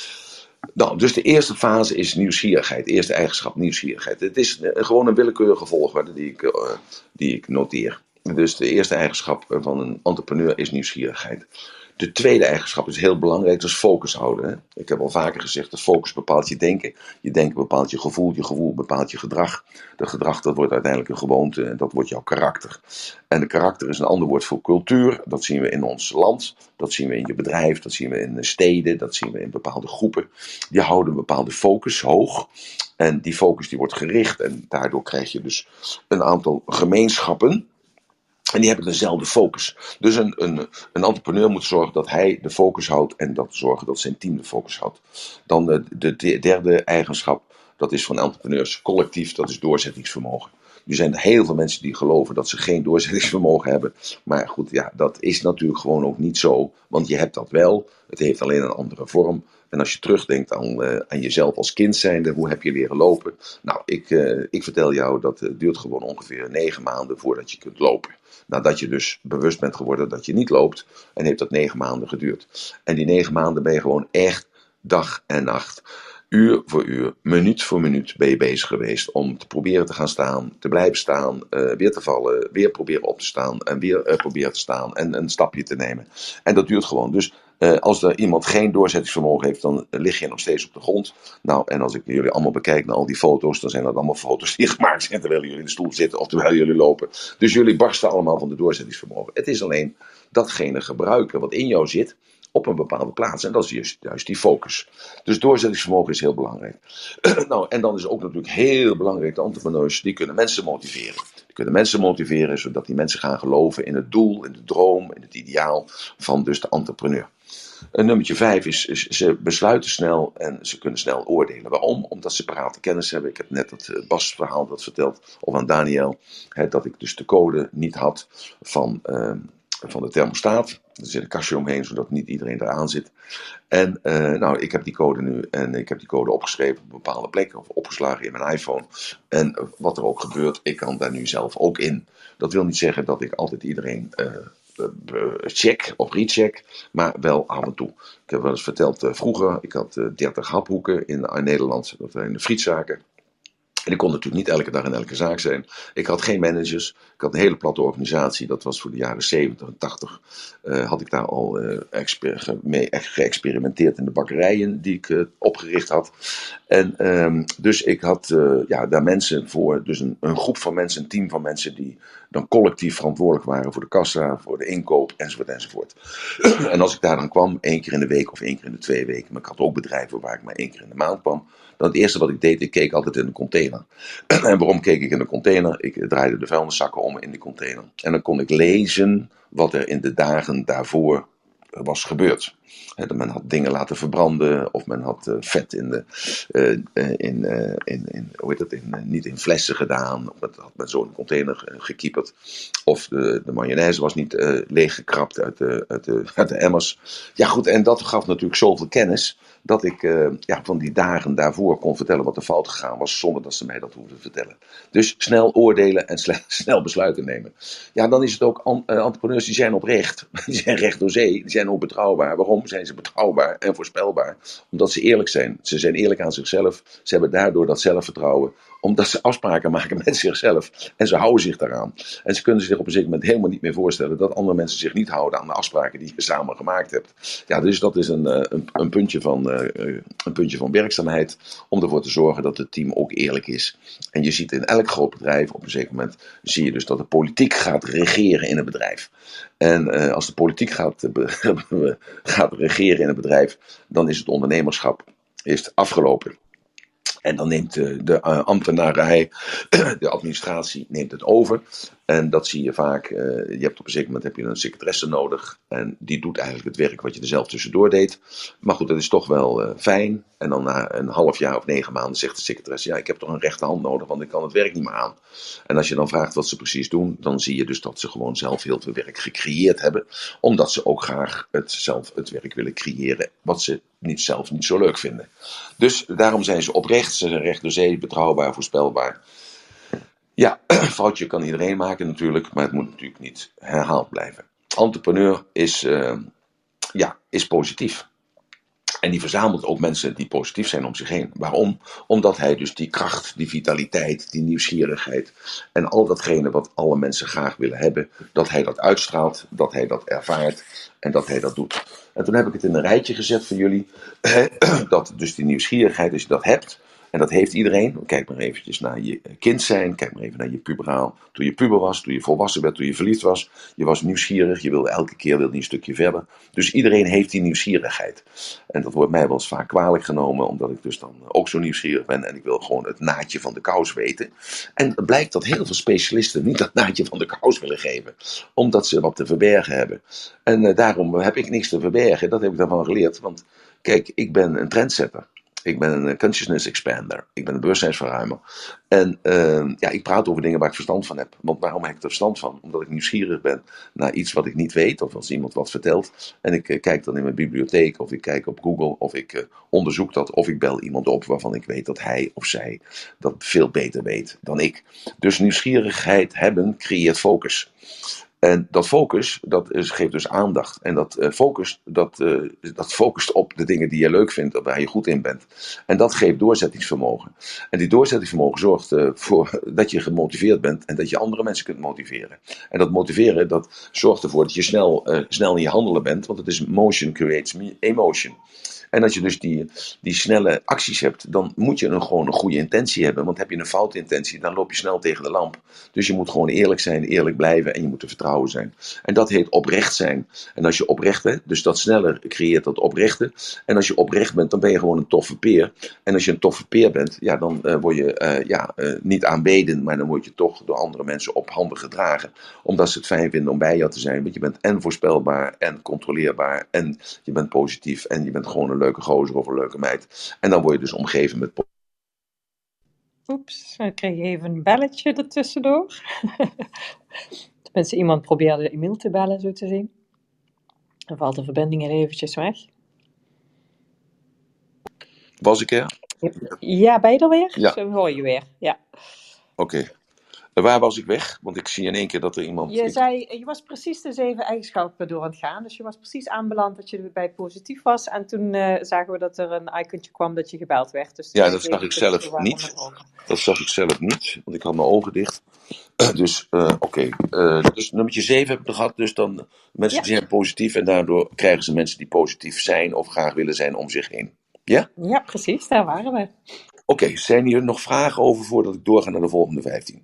Nou, dus de eerste fase is nieuwsgierigheid. De eerste eigenschap, nieuwsgierigheid. Het is gewoon een willekeurige volgorde die ik noteer. Dus de eerste eigenschap van een entrepreneur is nieuwsgierigheid. De tweede eigenschap is heel belangrijk, dat is focus houden. Hè? Ik heb al vaker gezegd, de focus bepaalt je denken. Je denken bepaalt je gevoel bepaalt je gedrag. Dat gedrag dat wordt uiteindelijk een gewoonte en dat wordt jouw karakter. En de karakter is een ander woord voor cultuur. Dat zien we in ons land, dat zien we in je bedrijf, dat zien we in de steden, dat zien we in bepaalde groepen. Die houden een bepaalde focus hoog. En die focus die wordt gericht en daardoor krijg je dus een aantal gemeenschappen. En die hebben dezelfde focus. Dus een entrepreneur moet zorgen dat hij de focus houdt en zorgen dat zijn team de focus houdt. Dan de derde eigenschap, dat is van entrepreneurs collectief, dat is doorzettingsvermogen. Er zijn heel veel mensen die geloven dat ze geen doorzettingsvermogen hebben. Maar goed, ja, dat is natuurlijk gewoon ook niet zo. Want je hebt dat wel, het heeft alleen een andere vorm. En als je terugdenkt aan jezelf als kind zijnde, hoe heb je leren lopen? Nou, ik vertel jou, dat duurt gewoon ongeveer 9 maanden voordat je kunt lopen. Nadat je dus bewust bent geworden dat je niet loopt, en heeft dat 9 maanden geduurd. En die 9 maanden ben je gewoon echt dag en nacht, uur voor uur, minuut voor minuut ben je bezig geweest om te proberen te gaan staan, te blijven staan, weer te vallen, weer proberen op te staan en weer proberen te staan en een stapje te nemen. En dat duurt gewoon. Dus als er iemand geen doorzettingsvermogen heeft, dan lig je nog steeds op de grond. Nou, en als ik jullie allemaal bekijk naar al die foto's, dan zijn dat allemaal foto's die gemaakt zijn terwijl jullie in de stoel zitten of terwijl jullie lopen. Dus jullie barsten allemaal van de doorzettingsvermogen. Het is alleen datgene gebruiken wat in jou zit op een bepaalde plaats. En dat is juist die focus. Dus doorzettingsvermogen is heel belangrijk. Nou, en dan is ook natuurlijk heel belangrijk, de entrepreneurs, die kunnen mensen motiveren. Die kunnen mensen motiveren, zodat die mensen gaan geloven in het doel, in de droom, in het ideaal van dus de entrepreneur. Nummertje 5 is, ze besluiten snel en ze kunnen snel oordelen. Waarom? Omdat ze parate kennis hebben. Ik heb net het Bas-verhaal dat verteld, of aan Daniel, dat ik dus de code niet had van de thermostaat. Er zit een kastje omheen, zodat niet iedereen eraan zit. En ik heb die code nu en ik heb die code opgeschreven op bepaalde plekken of opgeslagen in mijn iPhone. En wat er ook gebeurt, ik kan daar nu zelf ook in. Dat wil niet zeggen dat ik altijd iedereen check of recheck, maar wel af en toe. Ik heb wel eens verteld vroeger, ik had 30 haphoeken in Nederland, dat waren de frietzaken. En ik kon natuurlijk niet elke dag in elke zaak zijn. Ik had geen managers. Ik had een hele platte organisatie. Dat was voor de jaren 70 en 80. Had ik daar al mee geëxperimenteerd in de bakkerijen die ik opgericht had. En dus ik had daar mensen voor. Dus een groep van mensen, een team van mensen die dan collectief verantwoordelijk waren voor de kassa, voor de inkoop, enzovoort, enzovoort. En als ik daar dan kwam, 1 keer in de week of 1 keer in de 2 weken. Maar ik had ook bedrijven waar ik maar 1 keer in de maand kwam. Dan het eerste wat ik deed, ik keek altijd in de container. En waarom keek ik in de container? Ik draaide de vuilniszakken om in de container. En dan kon ik lezen wat er in de dagen daarvoor was gebeurd. Men had dingen laten verbranden, of men had vet niet in flessen gedaan, of het had men zo in een container gekieperd, of de mayonaise was niet leeggekrapt uit de emmers. Ja goed, en dat gaf natuurlijk zoveel kennis, dat ik van die dagen daarvoor kon vertellen wat er fout gegaan was, zonder dat ze mij dat hoefden te vertellen. Dus snel oordelen en snel besluiten nemen. Ja, dan is het ook, entrepreneurs die zijn oprecht. Die zijn recht door zee, die zijn ook betrouwbaar. Waarom zijn ze betrouwbaar en voorspelbaar? Omdat ze eerlijk zijn. Ze zijn eerlijk aan zichzelf. Ze hebben daardoor dat zelfvertrouwen. Omdat ze afspraken maken met zichzelf. En ze houden zich daaraan. En ze kunnen zich op een zeker moment helemaal niet meer voorstellen dat andere mensen zich niet houden aan de afspraken die je samen gemaakt hebt. Ja, dus dat is een puntje van werkzaamheid. Om ervoor te zorgen dat het team ook eerlijk is. En je ziet in elk groot bedrijf, op een zeker moment zie je dus dat de politiek gaat regeren in een bedrijf. En als de politiek gaat regeren in een bedrijf, dan is het ondernemerschap afgelopen. En dan neemt de ambtenarij, de administratie, neemt het over. En dat zie je vaak. Je hebt op een zeker moment een secretaresse nodig. En die doet eigenlijk het werk wat je er zelf tussendoor deed. Maar goed, dat is toch wel fijn. En dan na een half jaar of 9 maanden zegt de secretaresse: ja, ik heb toch een rechterhand nodig, want ik kan het werk niet meer aan. En als je dan vraagt wat ze precies doen, dan zie je dus dat ze gewoon zelf heel veel werk gecreëerd hebben. Omdat ze ook graag het werk willen creëren wat ze zelf niet zo leuk vinden. Dus daarom zijn ze oprecht, ze zijn recht door zee, betrouwbaar, voorspelbaar. Ja, foutje kan iedereen maken natuurlijk, maar het moet natuurlijk niet herhaald blijven. Entrepreneur is positief. En die verzamelt ook mensen die positief zijn om zich heen. Waarom? Omdat hij dus die kracht, die vitaliteit, die nieuwsgierigheid en al datgene wat alle mensen graag willen hebben, dat hij dat uitstraalt, dat hij dat ervaart en dat hij dat doet. En toen heb ik het in een rijtje gezet voor jullie, dat dus die nieuwsgierigheid, als je dat hebt, en dat heeft iedereen. Kijk maar eventjes naar je kind zijn. Kijk maar even naar je puberaal. Toen je puber was, toen je volwassen werd, toen je verliefd was. Je was nieuwsgierig. Je wilde elke keer een stukje verder. Dus iedereen heeft die nieuwsgierigheid. En dat wordt mij wel eens vaak kwalijk genomen. Omdat ik dus dan ook zo nieuwsgierig ben. En ik wil gewoon het naadje van de kous weten. En het blijkt dat heel veel specialisten niet dat naadje van de kous willen geven. Omdat ze wat te verbergen hebben. En daarom heb ik niks te verbergen. Dat heb ik daarvan geleerd. Want kijk, ik ben een trendsetter. Ik ben een consciousness expander. Ik ben een bewustzijnsverruimer. En ik praat over dingen waar ik verstand van heb. Want waarom heb ik er verstand van? Omdat ik nieuwsgierig ben naar iets wat ik niet weet. Of als iemand wat vertelt. En ik kijk dan in mijn bibliotheek. Of ik kijk op Google. Of ik onderzoek dat. Of ik bel iemand op waarvan ik weet dat hij of zij dat veel beter weet dan ik. Dus nieuwsgierigheid hebben creëert focus. En dat focus, geeft dus aandacht. En dat focust op de dingen die je leuk vindt, waar je goed in bent. En dat geeft doorzettingsvermogen. En die doorzettingsvermogen zorgt voor dat je gemotiveerd bent en dat je andere mensen kunt motiveren. En dat motiveren, dat zorgt ervoor dat je snel in je handelen bent, want het is motion creates emotion. En als je dus die snelle acties hebt, dan moet je gewoon een goede intentie hebben. Want heb je een foute intentie, dan loop je snel tegen de lamp. Dus je moet gewoon eerlijk zijn, eerlijk blijven en je moet te vertrouwen zijn. En dat heet oprecht zijn. En als je oprecht bent, dus dat sneller creëert dat oprechte. En als je oprecht bent, dan ben je gewoon een toffe peer. En als je een toffe peer bent, ja, dan word je niet aanbeden, maar dan word je toch door andere mensen op handen gedragen. Omdat ze het fijn vinden om bij jou te zijn. Want je bent en voorspelbaar en controleerbaar en je bent positief en je bent gewoon een leuke gozer of een leuke meid. En dan word je dus omgeven met... Oeps, dan kreeg je even een belletje ertussendoor. Tenminste, iemand probeerde Emiel te bellen, zo te zien. Dan valt de verbinding er eventjes weg. Was ik er? Ja, ben je er weer? Ja. Zo hoor je weer, ja. Oké. Waar was ik weg? Want ik zie in één keer dat er iemand... Je was precies de 7 eigenschappen door aan het gaan. Dus je was precies aanbeland dat je bij positief was. En toen zagen we dat er een icoontje kwam dat je gebeld werd. Dus Ja, dat zag ik zelf niet. Dat zag ik zelf niet, want ik had mijn ogen dicht. Dus oké. Dus nummertje 7 hebben we gehad. Dus dan mensen die zijn positief en daardoor krijgen ze mensen die positief zijn of graag willen zijn om zich heen. Ja? Ja, precies. Daar waren we. Oké, zijn hier nog vragen over voordat ik doorga naar de volgende 15?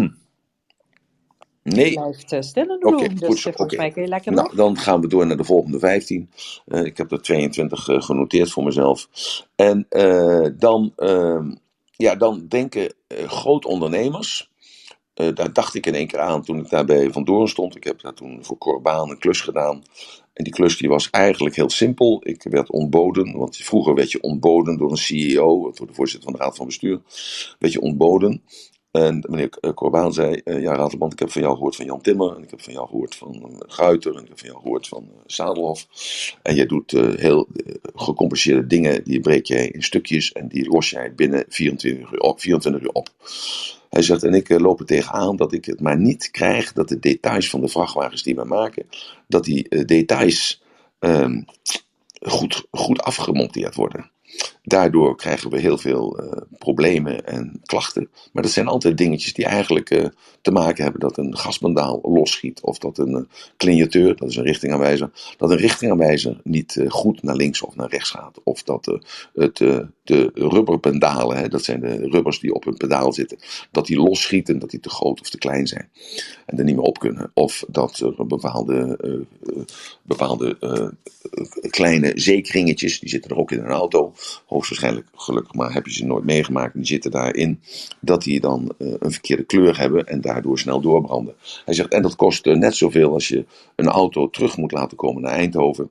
Nee? Blijft stil in de room, dus volgens mij kun je lekker Nou, dan gaan we door naar de volgende 15. Ik heb er 22 genoteerd voor mezelf. En dan denken groot ondernemers... daar dacht ik in één keer aan toen ik daarbij vandoor stond. Ik heb daar toen voor Corbaan een klus gedaan. En die klus die was eigenlijk heel simpel. Ik werd ontboden, want vroeger werd je ontboden door een CEO, door de voorzitter van de Raad van Bestuur. Werd je ontboden. En meneer Corbaan zei, ja Ratelband, ik heb van jou gehoord van Jan Timmer. En ik heb van jou gehoord van Guiter. En ik heb van jou gehoord van Zadelhoff. En jij doet heel gecompliceerde dingen. Die breek jij in stukjes en die los jij binnen 24 uur op. Hij zegt, en ik loop er tegenaan dat ik het maar niet krijg dat de details van de vrachtwagens die we maken, dat die details goed afgemonteerd worden. Daardoor krijgen we heel veel problemen en klachten. Maar dat zijn altijd dingetjes die eigenlijk te maken hebben dat een gaspedaal losschiet. Of dat een clignateur, dat is een richtingaanwijzer, dat een richtingaanwijzer niet goed naar links of naar rechts gaat. Of dat de rubberpedalen, dat zijn de rubbers die op een pedaal zitten, dat die losschieten, dat die te groot of te klein zijn. En er niet meer op kunnen. Of dat er bepaalde kleine zeekringetjes, die zitten er ook in een auto. Hoogstwaarschijnlijk, gelukkig maar, heb je ze nooit meegemaakt. Die zitten daarin, dat die dan een verkeerde kleur hebben en daardoor snel doorbranden. Hij zegt, en dat kost net zoveel als je een auto terug moet laten komen naar Eindhoven.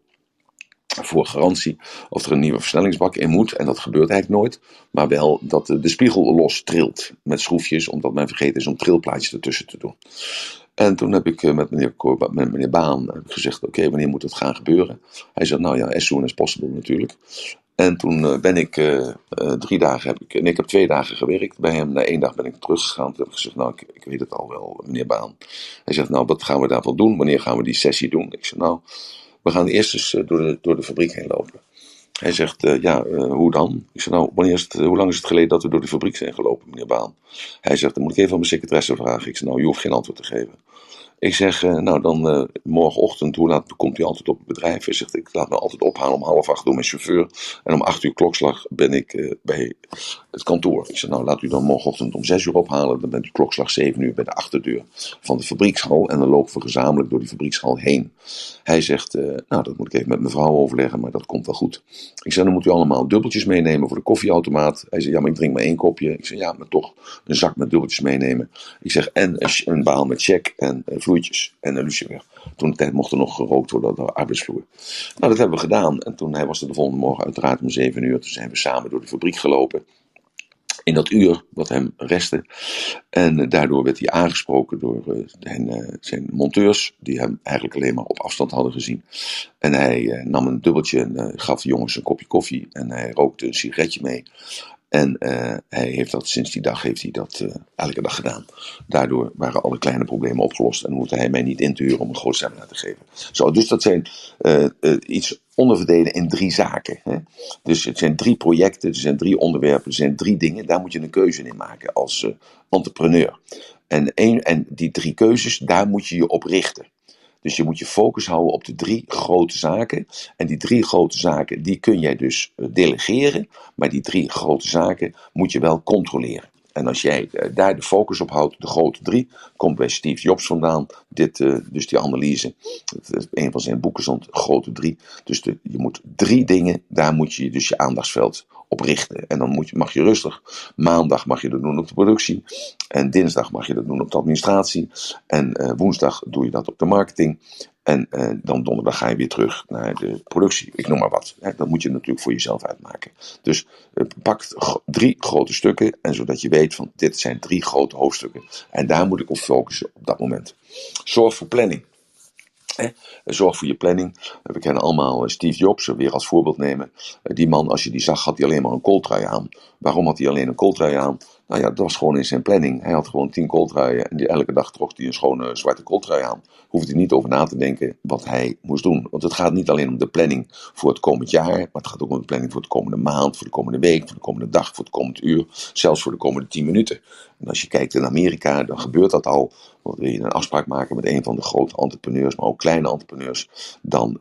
Voor garantie of er een nieuwe versnellingsbak in moet. En dat gebeurt eigenlijk nooit. Maar wel dat de spiegel los trilt met schroefjes. Omdat men vergeten is om trilplaatjes ertussen te doen. En toen heb ik met meneer Baan gezegd, oké, wanneer moet het gaan gebeuren? Hij zegt, nou ja, as soon as possible natuurlijk. En toen ben ik 3 dagen, ik heb 2 dagen gewerkt bij hem. Na 1 dag ben ik teruggegaan. Toen heb ik gezegd, nou, ik weet het al wel, meneer Baan. Hij zegt, nou, wat gaan we daarvan doen? Wanneer gaan we die sessie doen? Ik zeg, nou, we gaan eerst eens door de fabriek heen lopen. Hij zegt, hoe dan? Ik zeg, nou, hoe lang is het geleden dat we door de fabriek zijn gelopen, meneer Baan? Hij zegt, dan moet ik even aan mijn secretaresse vragen. Ik zeg, nou, je hoeft geen antwoord te geven. Ik zeg, nou dan morgenochtend, hoe laat komt u altijd op het bedrijf? Hij zegt, ik laat me altijd ophalen om 7:30 door mijn chauffeur. En om 8 uur klokslag ben ik bij het kantoor. Ik zeg, nou laat u dan morgenochtend om 6 uur ophalen. Dan bent u klokslag 7 uur bij de achterdeur van de fabriekshal. En dan lopen we gezamenlijk door die fabriekshal heen. Hij zegt, nou dat moet ik even met mijn vrouw overleggen, maar dat komt wel goed. Ik zeg, dan moet u allemaal dubbeltjes meenemen voor de koffieautomaat. Hij zegt, ja maar ik drink maar 1 kopje. Ik zeg, ja maar toch een zak met dubbeltjes meenemen. Ik zeg, en een baal met check en vloeitjes en een lucifer. Toen de tijd mocht er nog gerookt worden op de arbeidsvloer. Nou, dat hebben we gedaan. En toen hij was er de volgende morgen uiteraard om 7 uur. Toen zijn we samen door de fabriek gelopen. In dat uur wat hem restte. En daardoor werd hij aangesproken door zijn monteurs. Die hem eigenlijk alleen maar op afstand hadden gezien. En hij nam een dubbeltje en gaf de jongens een kopje koffie. En hij rookte een sigaretje mee. En hij heeft dat sinds die dag elke dag gedaan. Daardoor waren alle kleine problemen opgelost. En hoefde hij mij niet in te huren om een groot seminar te geven. Zo, dus dat zijn iets onderverdelen in 3 zaken. Hè? Dus het zijn 3 projecten, er zijn 3 onderwerpen, er zijn 3 dingen. Daar moet je een keuze in maken als entrepreneur. En die 3 keuzes, daar moet je je op richten. Dus je moet je focus houden op de 3 grote zaken. En die 3 grote zaken, die kun jij dus delegeren. Maar die 3 grote zaken moet je wel controleren. En als jij daar de focus op houdt, de grote 3, komt bij Steve Jobs vandaan. Dus die analyse, een van zijn boeken stond grote 3. Dus je moet 3 dingen, daar moet je dus je aandachtsveld op richten. En dan mag je rustig, maandag mag je dat doen op de productie. En dinsdag mag je dat doen op de administratie. En woensdag doe je dat op de marketing. En dan donderdag ga je weer terug naar de productie. Ik noem maar wat. Hè. Dat moet je natuurlijk voor jezelf uitmaken. Dus pak 3 grote stukken. En zodat je weet van dit zijn 3 grote hoofdstukken. En daar moet ik op focussen op dat moment. Zorg voor planning. Zorg voor je planning. We kennen allemaal Steve Jobs, weer als voorbeeld nemen. Die man, als je die zag, had hij alleen maar een kooltrui aan. Waarom had hij alleen een kooltrui aan? Nou ja, dat was gewoon in zijn planning. Hij had gewoon 10 kooltruien en elke dag droeg hij een schone zwarte kooltrui aan. Hoefde hij niet over na te denken wat hij moest doen. Want het gaat niet alleen om de planning voor het komend jaar, maar het gaat ook om de planning voor de komende maand, voor de komende week, voor de komende dag, voor het komende uur, zelfs voor de komende 10 minuten. En als je kijkt in Amerika, dan gebeurt dat al. Want wil je een afspraak maken met een van de grote entrepreneurs, maar ook kleine entrepreneurs, dan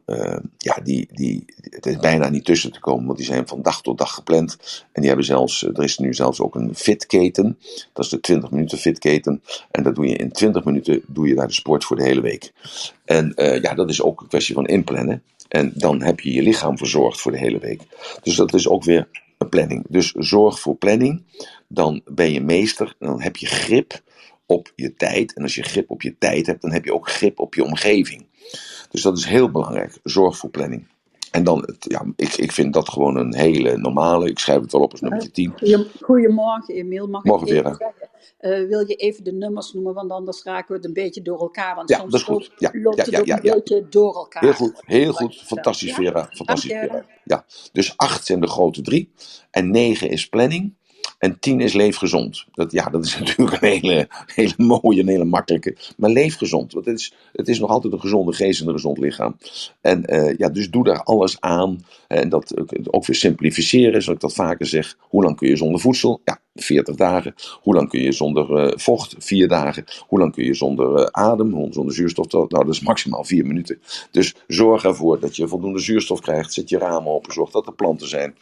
het is bijna niet tussen te komen, want die zijn van dag tot dag gepland. En die hebben er is nu zelfs ook een fitketen. Dat is de 20 minuten fitketen. En dat doe je in 20 minuten, doe je daar de sport voor de hele week. En dat is ook een kwestie van inplannen. En dan heb je je lichaam verzorgd voor de hele week. Dus dat is ook weer een planning. Dus zorg voor planning. Dan ben je meester. En dan heb je grip op je tijd. En als je grip op je tijd hebt, dan heb je ook grip op je omgeving. Dus dat is heel belangrijk. Zorg voor planning. En dan, ik vind dat gewoon een hele normale. Ik schrijf het wel op als nummertje 10. Goedemorgen, Emiel. Mag Morgen, ik even Vera. zeggen? Wil je even de nummers noemen, want anders raken we het een beetje door elkaar. Want Ja, soms dat is goed. loopt het ook een beetje door elkaar. Heel goed. Fantastisch, Ja? Vera. Fantastisch, Dank je. Vera. Ja. Dus 8 zijn de grote 3. En 9 is planning. En 10 is leefgezond. Dat is natuurlijk een hele mooie, een hele makkelijke. Maar leefgezond. Want het is nog altijd een gezonde geest en een gezond lichaam. En dus doe daar alles aan. En dat ook weer simplificeren, zoals ik dat vaker zeg. Hoe lang kun je zonder voedsel? Ja, 40 dagen. Hoe lang kun je zonder vocht? 4 dagen. Hoe lang kun je zonder adem, zonder zuurstof? Nou, dat is maximaal 4 minuten. Dus zorg ervoor dat je voldoende zuurstof krijgt. Zet je ramen open. Zorg dat er planten zijn.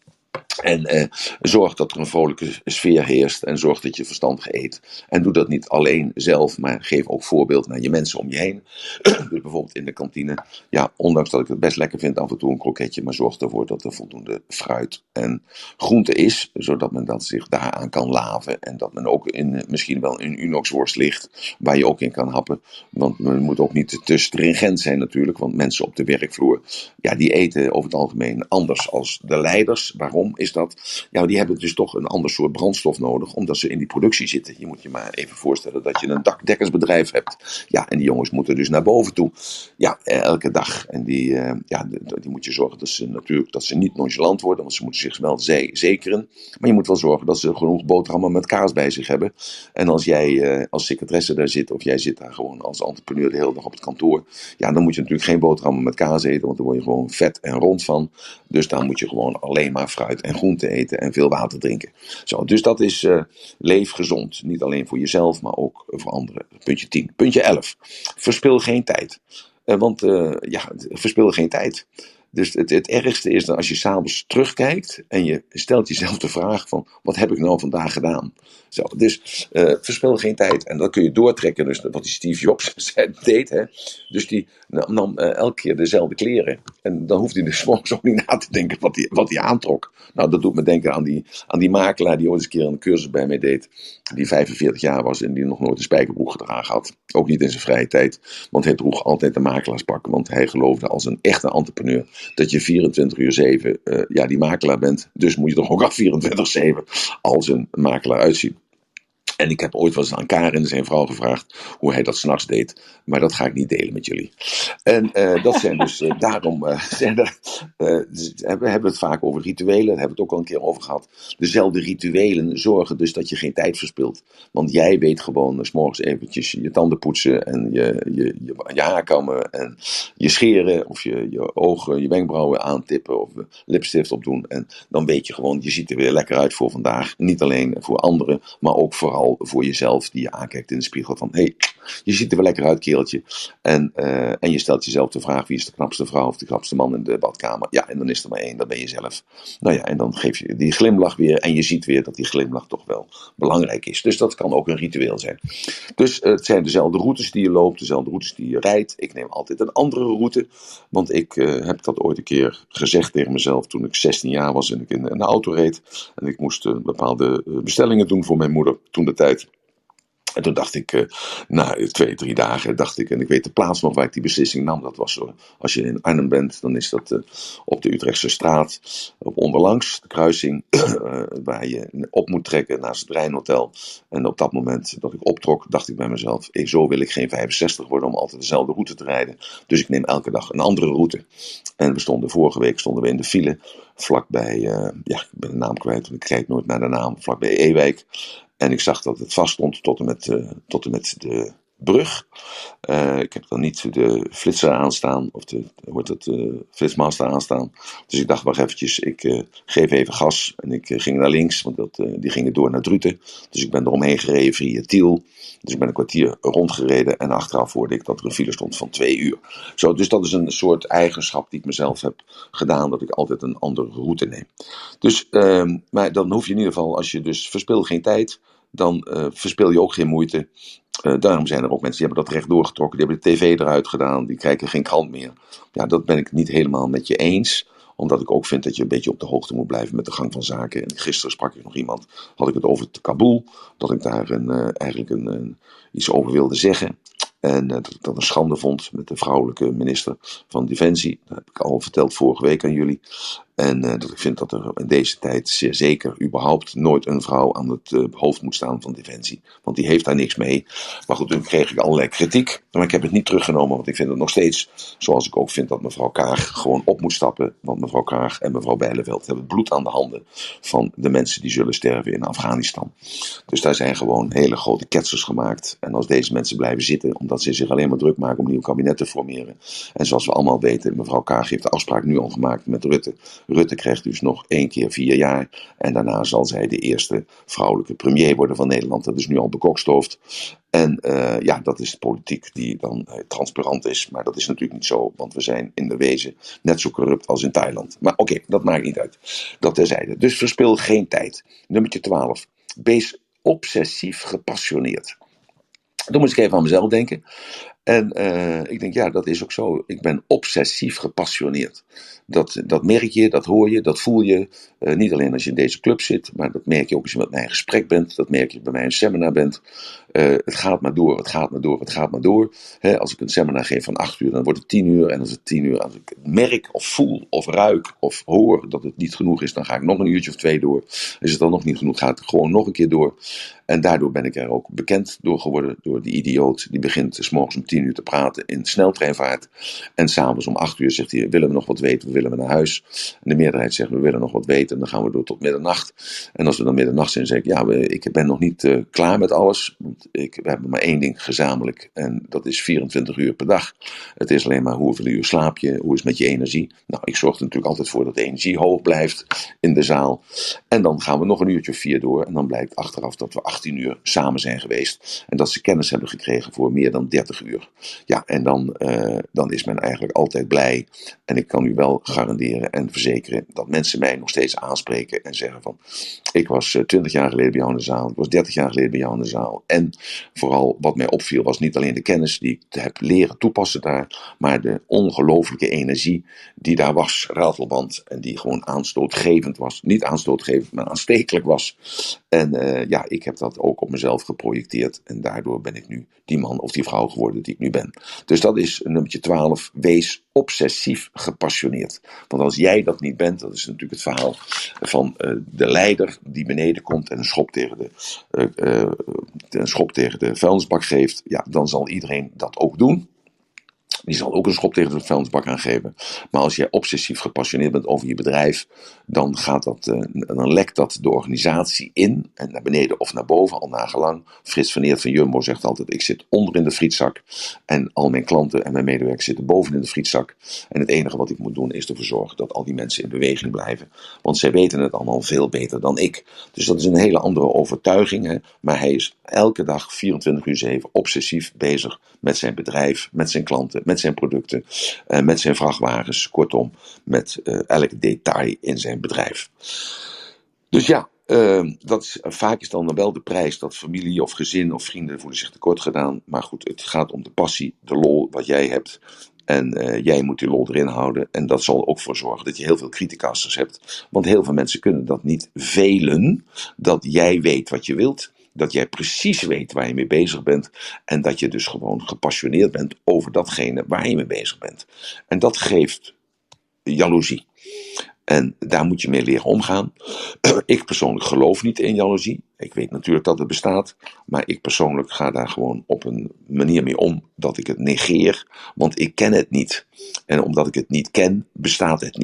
En zorg dat er een vrolijke sfeer heerst en zorg dat je verstandig eet. En doe dat niet alleen zelf, maar geef ook voorbeeld naar je mensen om je heen. Dus bijvoorbeeld in de kantine. Ja, ondanks dat ik het best lekker vind af en toe een kroketje, maar zorg ervoor dat er voldoende fruit en groente is, zodat men dat zich daaraan kan laven. En dat men ook misschien wel in Unox-worst ligt, waar je ook in kan happen. Want men moet ook niet te stringent zijn natuurlijk, want mensen op de werkvloer, ja, die eten over het algemeen anders als de leiders. Waarom is dat? Ja, die hebben dus toch een ander soort brandstof nodig, omdat ze in die productie zitten. Je moet je maar even voorstellen dat je een dakdekkersbedrijf hebt. Ja, en die jongens moeten dus naar boven toe. Ja, elke dag. En die moet je zorgen dat ze niet nonchalant worden, want ze moeten zich wel zekeren. Maar je moet wel zorgen dat ze genoeg boterhammen met kaas bij zich hebben. En als jij als secretaresse daar zit, of jij zit daar gewoon als entrepreneur de hele dag op het kantoor, ja, dan moet je natuurlijk geen boterhammen met kaas eten, want dan word je gewoon vet en rond van. Dus dan moet je gewoon alleen maar fruit en groente eten en veel water drinken. Zo, dus dat is leef gezond. Niet alleen voor jezelf, maar ook voor anderen. Puntje 10. Puntje 11. Verspil geen tijd. Verspil geen tijd. Dus het ergste is dan als je s'avonds terugkijkt en je stelt jezelf de vraag van, wat heb ik nou vandaag gedaan? Zo, dus verspil geen tijd. En dat kun je doortrekken, dus wat die Steve Jobs deed. Hè? Dus die nam elke keer dezelfde kleren. En dan hoeft hij dus morgens ook niet na te denken wat hij aantrok. Nou, dat doet me denken aan die makelaar die ooit eens een keer een cursus bij mij deed. Die 45 jaar was en die nog nooit een spijkerbroek gedragen had. Ook niet in zijn vrije tijd. Want hij droeg altijd een makelaarspak. Want hij geloofde als een echte entrepreneur dat je 24/7 die makelaar bent. Dus moet je toch ook al 24/7 als een makelaar uitzien. En ik heb ooit wel eens aan Karin, zijn vrouw, gevraagd hoe hij dat 's nachts deed. Maar dat ga ik niet delen met jullie. En dat zijn dus daarom we hebben het vaak over rituelen. Daar hebben we het ook al een keer over gehad. Dezelfde rituelen zorgen dus dat je geen tijd verspilt. Want jij weet gewoon 's morgens eventjes je tanden poetsen en je haar kammen en je scheren of je ogen, je wenkbrauwen aantippen of lipstift opdoen. En dan weet je gewoon, je ziet er weer lekker uit voor vandaag. Niet alleen voor anderen, maar ook vooral voor jezelf die je aankijkt in de spiegel van, hey, je ziet er wel lekker uit, kereltje. En je stelt jezelf de vraag, wie is de knapste vrouw of de knapste man in de badkamer? Ja, en dan is er maar één, dat ben je zelf. Nou ja, en dan geef je die glimlach weer en je ziet weer dat die glimlach toch wel belangrijk is. Dus dat kan ook een ritueel zijn. Dus het zijn dezelfde routes die je loopt, dezelfde routes die je rijdt. Ik neem altijd een andere route, want ik heb dat ooit een keer gezegd tegen mezelf toen ik 16 jaar was en ik in een auto reed. En ik moest bepaalde bestellingen doen voor mijn moeder toen de tijd. En toen dacht ik, na 2-3 dagen, en ik weet de plaats nog waar ik die beslissing nam. Dat was zo, als je in Arnhem bent, dan is dat op de Utrechtse straat, op onderlangs, de kruising, waar je op moet trekken naast het Rijnhotel. En op dat moment dat ik optrok, dacht ik bij mezelf, zo wil ik geen 65 worden om altijd dezelfde route te rijden. Dus ik neem elke dag een andere route. En vorige week stonden we in de file vlakbij, ik ben de naam kwijt, want ik kijk nooit naar de naam, vlakbij Ewijk. En ik zag dat het vast stond tot en met de brug. Ik heb dan niet de flitser aanstaan, of de flitsmaster aanstaan. Dus ik dacht, wacht eventjes, ik geef even gas. En ik ging naar links, want die gingen door naar Druten. Dus ik ben eromheen gereden via Tiel. Dus ik ben een kwartier rondgereden en achteraf hoorde ik dat er een file stond van 2 uur. Zo, dus dat is een soort eigenschap die ik mezelf heb gedaan, dat ik altijd een andere route neem. Dus, maar dan hoef je in ieder geval, als je dus verspil geen tijd, dan verspil je ook geen moeite. Daarom zijn er ook mensen die hebben dat recht doorgetrokken, die hebben de tv eruit gedaan, die kijken geen krant meer. Ja, dat ben ik niet helemaal met je eens, omdat ik ook vind dat je een beetje op de hoogte moet blijven met de gang van zaken. En gisteren sprak ik nog iemand, had ik het over Kabul, dat ik daar eigenlijk iets over wilde zeggen. En dat ik dat een schande vond met de vrouwelijke minister van Defensie. Dat heb ik al verteld vorige week aan jullie. En dat ik vind dat er in deze tijd zeer zeker überhaupt nooit een vrouw aan het hoofd moet staan van Defensie. Want die heeft daar niks mee. Maar goed, toen kreeg ik allerlei kritiek. Maar ik heb het niet teruggenomen, want ik vind het nog steeds, zoals ik ook vind dat mevrouw Kaag gewoon op moet stappen. Want mevrouw Kaag en mevrouw Bijleveld hebben bloed aan de handen van de mensen die zullen sterven in Afghanistan. Dus daar zijn gewoon hele grote ketsers gemaakt. En als deze mensen blijven zitten, omdat ze zich alleen maar druk maken om een nieuw kabinet te formeren. En zoals we allemaal weten, mevrouw Kaag heeft de afspraak nu al gemaakt met Rutte. Rutte krijgt dus nog 1 keer 4 jaar. En daarna zal zij de eerste vrouwelijke premier worden van Nederland. Dat is nu al bekokstoofd. En dat is de politiek die dan transparant is. Maar dat is natuurlijk niet zo, want we zijn in de wezen net zo corrupt als in Thailand. Maar oké, dat maakt niet uit. Dat terzijde. Dus verspil geen tijd. Nummertje 12. Wees obsessief gepassioneerd. Dan moest ik even aan mezelf denken. En ik denk, ja, dat is ook zo. Ik ben obsessief gepassioneerd. Dat merk je, dat hoor je, dat voel je. Niet alleen als je in deze club zit, maar dat merk je ook als je met mij in gesprek bent. Dat merk je bij mij in een seminar bent. Het gaat maar door, het gaat maar door, het gaat maar door. Als ik een seminar geef van 8 uur, dan wordt het 10 uur. En als het 10 uur, als ik merk of voel of ruik of hoor dat het niet genoeg is, dan ga ik nog een uurtje of 2 door. Is het dan nog niet genoeg, ga ik gewoon nog een keer door. En daardoor ben ik er ook bekend door geworden, door die idioot. Die begint 's morgens om 10 uur te praten in sneltreinvaart. En s'avonds om 8 uur zegt hij, willen we nog wat weten, willen we naar huis. En de meerderheid zegt, we willen nog wat weten. En dan gaan we door tot middernacht. En als we dan middernacht zijn, zeg ik, ja, ik ben nog niet klaar met alles. Want we hebben maar 1 ding gezamenlijk. En dat is 24 uur per dag. Het is alleen maar hoeveel uur slaap je, hoe is het met je energie. Nou, ik zorg er natuurlijk altijd voor dat de energie hoog blijft in de zaal. En dan gaan we nog een uurtje of 4 door. En dan blijkt achteraf dat we 18 uur samen zijn geweest. En dat ze kennis hebben gekregen voor meer dan 30 uur. Ja, en dan is men eigenlijk altijd blij. En ik kan u wel garanderen en verzekeren dat mensen mij nog steeds aanspreken en zeggen van, ik was 20 jaar geleden bij jou in de zaal, ik was 30 jaar geleden bij jou in de zaal. En vooral wat mij opviel was niet alleen de kennis die ik heb leren toepassen daar, maar de ongelooflijke energie die daar was, ratelband, en die gewoon aanstootgevend was. Niet aanstootgevend, maar aanstekelijk was. En ik heb dat ook op mezelf geprojecteerd en daardoor ben ik nu die man of die vrouw geworden die ik nu ben. Dus dat is nummertje 12. Wees obsessief gepassioneerd. Want als jij dat niet bent, dat is natuurlijk het verhaal van de leider die beneden komt en een schop tegen de vuilnisbak geeft. Ja, dan zal iedereen dat ook doen. Die zal ook een schop tegen de vuilnisbak aangeven. Maar als jij obsessief gepassioneerd bent over je bedrijf, dan lekt dat de organisatie in en naar beneden of naar boven, al nagelang. Frits van Eert van Jumbo zegt altijd, ik zit onder in de frietzak en al mijn klanten en mijn medewerkers zitten boven in de frietzak. En het enige wat ik moet doen is ervoor zorgen dat al die mensen in beweging blijven. Want zij weten het allemaal veel beter dan ik. Dus dat is een hele andere overtuiging. Hè? Maar hij is elke dag 24/7 obsessief bezig met zijn bedrijf, met zijn klanten, met zijn producten, met zijn vrachtwagens, kortom, met elk detail in zijn bedrijf. Dus ja, vaak is dan wel de prijs dat familie of gezin of vrienden voelen zich tekort gedaan. Maar goed, het gaat om de passie, de lol wat jij hebt. En jij moet die lol erin houden. En dat zal ook voor zorgen dat je heel veel criticasters hebt. Want heel veel mensen kunnen dat niet velen. Dat jij weet wat je wilt. Dat jij precies weet waar je mee bezig bent. En dat je dus gewoon gepassioneerd bent over datgene waar je mee bezig bent. En dat geeft jaloezie. En daar moet je mee leren omgaan. Ik persoonlijk geloof niet in jaloezie. Ik weet natuurlijk dat het bestaat. Maar ik persoonlijk ga daar gewoon op een manier mee om dat ik het negeer. Want ik ken het niet. En omdat ik het niet ken, bestaat het niet.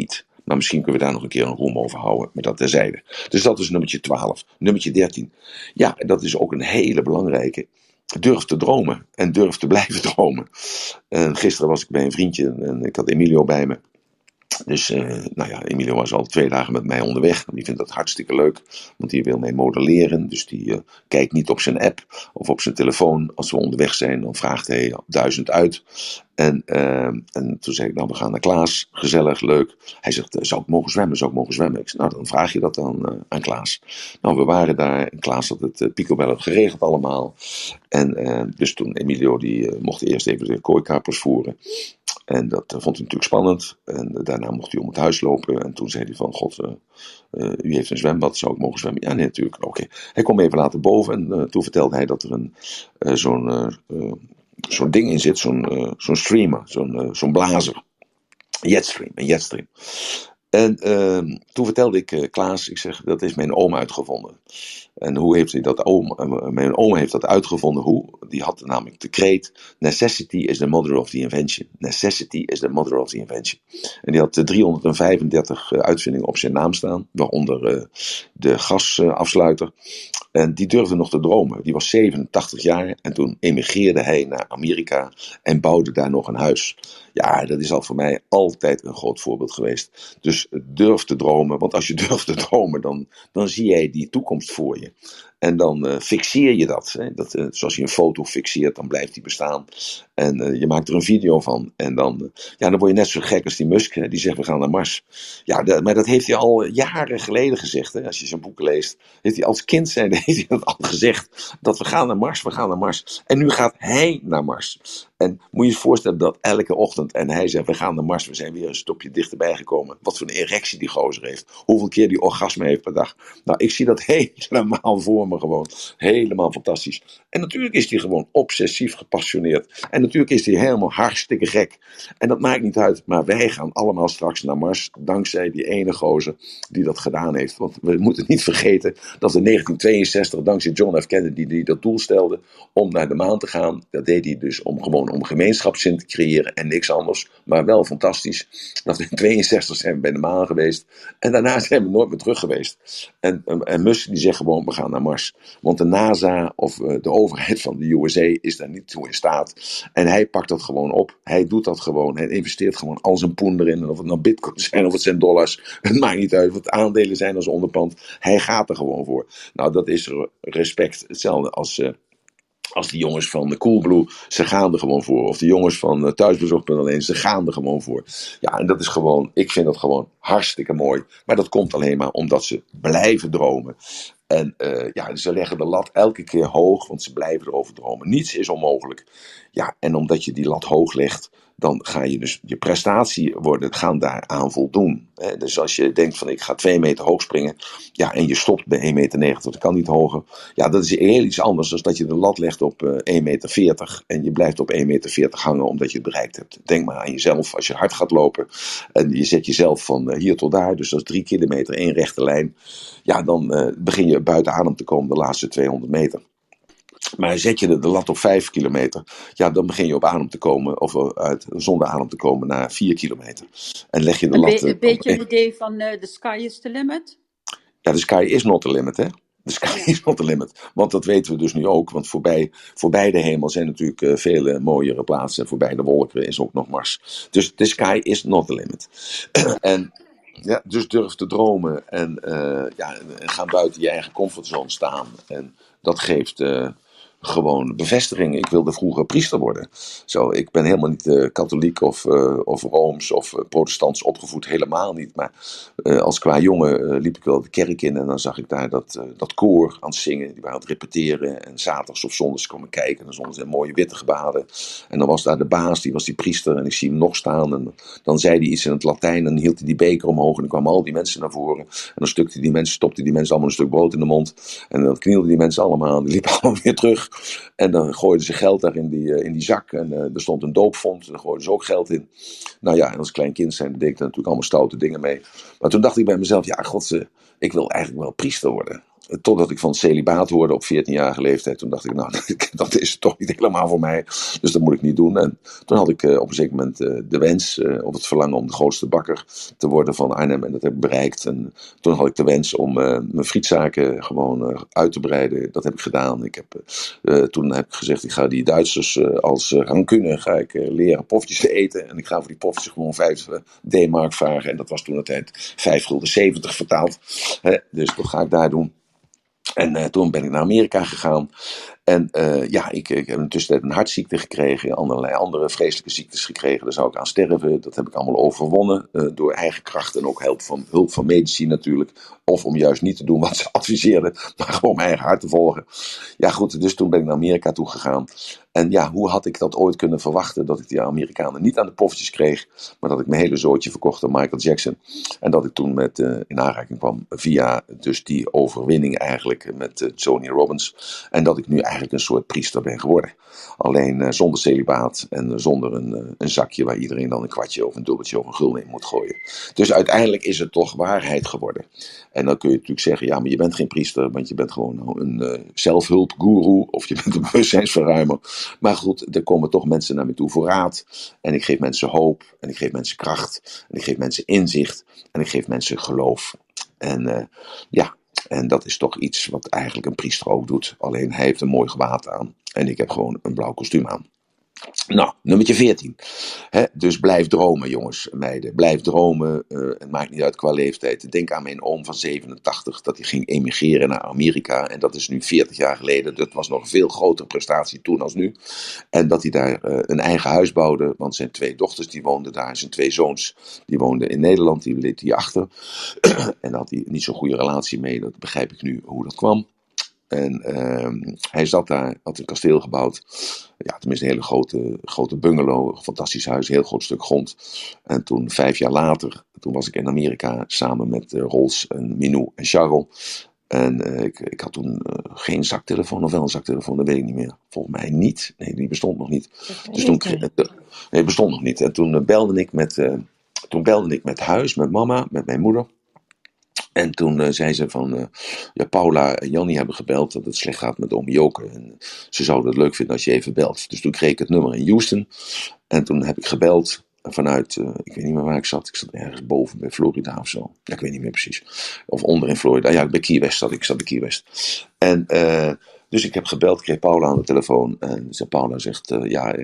Maar misschien kunnen we daar nog een keer een room over houden, maar dat terzijde. Dus dat is nummertje 12. Nummertje 13. Ja, dat is ook een hele belangrijke. Durf te dromen en durf te blijven dromen. Gisteren was ik bij een vriendje en ik had Emilio bij me. Dus Emilio was al 2 dagen met mij onderweg. Die vindt dat hartstikke leuk, want die wil mee modelleren. Dus die kijkt niet op zijn app of op zijn telefoon. Als we onderweg zijn, dan vraagt hij 1000 uit. En toen zei ik, nou, we gaan naar Klaas. Gezellig, leuk. Hij zegt, zou ik mogen zwemmen? Zou ik mogen zwemmen? Ik zei, nou, dan vraag je dat dan aan Klaas. Nou, we waren daar. En Klaas had het picobello geregeld allemaal. En dus toen Emilio, die mocht eerst even de kooikarpers voeren. En dat vond hij natuurlijk spannend. En daarna mocht hij om het huis lopen. En toen zei hij van, god, u heeft een zwembad, zou ik mogen zwemmen? Ja, nee, natuurlijk. Oké. Hij kwam even later boven. En toen vertelde hij dat er zo'n ding in zit. Zo'n streamer. Zo'n blazer. Een jetstream. En toen vertelde ik Klaas, ik zeg, dat is mijn oom uitgevonden. En hoe heeft hij dat mijn oom heeft dat uitgevonden, hoe? Die had namelijk de kreet, necessity is the mother of the invention. Necessity is the mother of the invention. En die had 335 uitvindingen op zijn naam staan, waaronder de gasafsluiter. En die durfde nog te dromen. Die was 87 jaar en toen emigreerde hij naar Amerika en bouwde daar nog een huis. Ja, dat is al voor mij altijd een groot voorbeeld geweest. Dus durf te dromen, want als je durft te dromen, dan zie jij die toekomst voor je. En dan fixeer je dat. Hè? Zoals je een foto fixeert, dan blijft die bestaan. En je maakt er een video van. En dan word je net zo gek als die Musk. Hè? Die zegt, we gaan naar Mars. Ja, maar dat heeft hij al jaren geleden gezegd. Hè? Als je zijn boeken leest. Heeft hij als kind zijn, heeft hij dat al gezegd. Dat we gaan naar Mars. En nu gaat hij naar Mars. En moet je je voorstellen dat elke ochtend. En hij zegt, we gaan naar Mars. We zijn weer een stapje dichterbij gekomen. Wat voor een erectie die gozer heeft. Hoeveel keer die orgasme heeft per dag. Nou, ik zie dat helemaal voor me gewoon. Helemaal fantastisch. En natuurlijk is hij gewoon obsessief gepassioneerd. En natuurlijk is hij helemaal hartstikke gek. En dat maakt niet uit. Maar wij gaan allemaal straks naar Mars. Dankzij die ene gozer die dat gedaan heeft. Want we moeten niet vergeten dat in 1962 dankzij John F. Kennedy die dat doel stelde om naar de maan te gaan. Dat deed hij dus om gemeenschapszin te creëren en niks anders. Maar wel fantastisch. Dat in 1962 zijn we bij de maan geweest. En daarna zijn we nooit meer terug geweest. En Musk die zegt gewoon, we gaan naar Mars. Want de NASA of de overheid van de USA is daar niet toe in staat. En hij pakt dat gewoon op. Hij doet dat gewoon. Hij investeert gewoon al zijn poen erin. En of het nou bitcoins zijn of het zijn dollars. Het maakt niet uit. Of het aandelen zijn als onderpand. Hij gaat er gewoon voor. Nou, dat is respect. Hetzelfde als die jongens van de Coolblue, ze gaan er gewoon voor. Of de jongens van Thuisbezorgd.nl, ze gaan er gewoon voor. Ja, en dat is gewoon, ik vind dat gewoon hartstikke mooi. Maar dat komt alleen maar omdat ze blijven dromen. En ze leggen de lat elke keer hoog, want ze blijven erover dromen. Niets is onmogelijk. Ja, en omdat je die lat hoog legt, dan ga je dus je prestatie gaan daaraan voldoen. Dus als je denkt van ik ga 2 meter hoog springen, ja, en je stopt bij 1,90 meter, dat kan niet hoger. Ja, dat is heel iets anders dan dat je de lat legt op 1,40 meter en je blijft op 1,40 meter hangen omdat je het bereikt hebt. Denk maar aan jezelf als je hard gaat lopen en je zet jezelf van hier tot daar, dus dat is 3 kilometer, 1 rechte lijn. Ja, dan begin je buiten adem te komen de laatste 200 meter. Maar zet je de lat op 5 kilometer, ja, dan begin je op adem te komen, of zonder adem te komen naar 4 kilometer. En leg je de lat... Een beetje een idee van the sky is the limit? Ja, the sky is not the limit, hè. The sky is not the limit. Want dat weten we dus nu ook. Want voorbij de hemel zijn natuurlijk vele mooiere plaatsen. En voorbij de wolken is ook nog Mars. Dus the sky is not the limit. En ja, dus durf te dromen. En ga buiten je eigen comfortzone staan. En dat geeft... gewoon bevestiging. Ik wilde vroeger priester worden. Zo, ik ben helemaal niet katholiek of rooms of protestants opgevoed. Helemaal niet. Maar als qua jongen liep ik wel de kerk in. En dan zag ik daar dat koor aan het zingen. Die waren aan het repeteren. En zaterdags of zondags kwam ik kijken. En dan stonden ze in mooie witte gebaden. En dan was daar de baas. Die was die priester. En ik zie hem nog staan. En dan zei hij iets in het Latijn. En dan hield hij die beker omhoog. En dan kwamen al die mensen naar voren. En dan stopte die mensen allemaal een stuk brood in de mond. En dan knielden die mensen allemaal. En die liepen allemaal weer terug. En dan gooiden ze geld daar in die zak. En er stond een doopfonds. En daar gooiden ze ook geld in. Nou ja, en als klein kind zijn, deed ik daar natuurlijk allemaal stoute dingen mee. Maar toen dacht ik bij mezelf, ja, god, ik wil eigenlijk wel priester worden. Totdat ik van celibaat hoorde op 14-jarige leeftijd. Toen dacht ik, nou, dat is toch niet helemaal voor mij. Dus dat moet ik niet doen. En toen had ik op een zeker moment de wens of het verlangen om de grootste bakker te worden van Arnhem. En dat heb ik bereikt. En toen had ik de wens om mijn frietzaken gewoon uit te breiden. Dat heb ik gedaan. Toen heb ik gezegd, ik ga die Duitsers als rancune ga ik leren poffertjes te eten. En ik ga voor die poffertjes gewoon 5 D-mark vragen. En dat was toen de tijd 5,70 vertaald. Dus dat ga ik daar doen. En toen ben ik naar Amerika gegaan. En ik heb in de tussentijd een hartziekte gekregen. Allerlei andere vreselijke ziektes gekregen. Daar zou ik aan sterven. Dat heb ik allemaal overwonnen. Door eigen kracht en ook hulp van medici natuurlijk. Of om juist niet te doen wat ze adviseerden. Maar gewoon mijn eigen hart te volgen. Ja goed, dus toen ben ik naar Amerika toe gegaan. En ja, hoe had ik dat ooit kunnen verwachten? Dat ik die Amerikanen niet aan de poffertjes kreeg. Maar dat ik mijn hele zootje verkocht aan Michael Jackson. En dat ik toen in aanraking kwam via dus die overwinning eigenlijk met Tony Robbins. En dat ik nu eigenlijk een soort priester ben geworden. Alleen zonder celibaat en zonder een zakje waar iedereen dan een kwartje of een dubbeltje of een gulden in moet gooien. Dus uiteindelijk is het toch waarheid geworden. En dan kun je natuurlijk zeggen, ja, maar je bent geen priester, want je bent gewoon een zelfhulpgoeroe of je bent een bewustzijnsverruimer. Maar goed, er komen toch mensen naar me toe voor raad. En ik geef mensen hoop. En ik geef mensen kracht. En ik geef mensen inzicht. En ik geef mensen geloof. En en dat is toch iets wat eigenlijk een priester ook doet. Alleen hij heeft een mooi gewaad aan. En ik heb gewoon een blauw kostuum aan. Nou, nummertje 14. Dus blijf dromen, jongens en meiden. Blijf dromen. Het maakt niet uit qua leeftijd. Denk aan mijn oom van 87. Dat hij ging emigreren naar Amerika. En dat is nu 40 jaar geleden. Dat was nog een veel grotere prestatie toen als nu. En dat hij daar een eigen huis bouwde. Want zijn 2 dochters die woonden daar. Zijn 2 zoons die woonden in Nederland. Die bleef hij achter. En daar had hij niet zo'n goede relatie mee. Dat begrijp ik nu hoe dat kwam. En hij zat daar, had een kasteel gebouwd. Ja, tenminste een hele grote bungalow, een fantastisch huis, een heel groot stuk grond. En toen 5 jaar later, toen was ik in Amerika samen met Rols en Minou en Charles. En ik had toen geen zaktelefoon, of wel een zaktelefoon, dat weet ik niet meer. Volgens mij niet. Nee, die bestond nog niet. Dus toen, nee, bestond nog niet. En toen belde ik met huis, met mama, met mijn moeder. En toen zei ze van, Paula en Jannie hebben gebeld dat het slecht gaat met oom Joke. En ze zouden het leuk vinden als je even belt. Dus toen kreeg ik het nummer in Houston. En toen heb ik gebeld vanuit, ik weet niet meer waar ik zat. Ik zat ergens boven bij Florida of zo. Ja, ik weet niet meer precies. Of onder in Florida. Ja, bij Key West zat ik. Ik zat bij Key West. En dus ik heb gebeld, ik kreeg Paula aan de telefoon. En Paula zegt,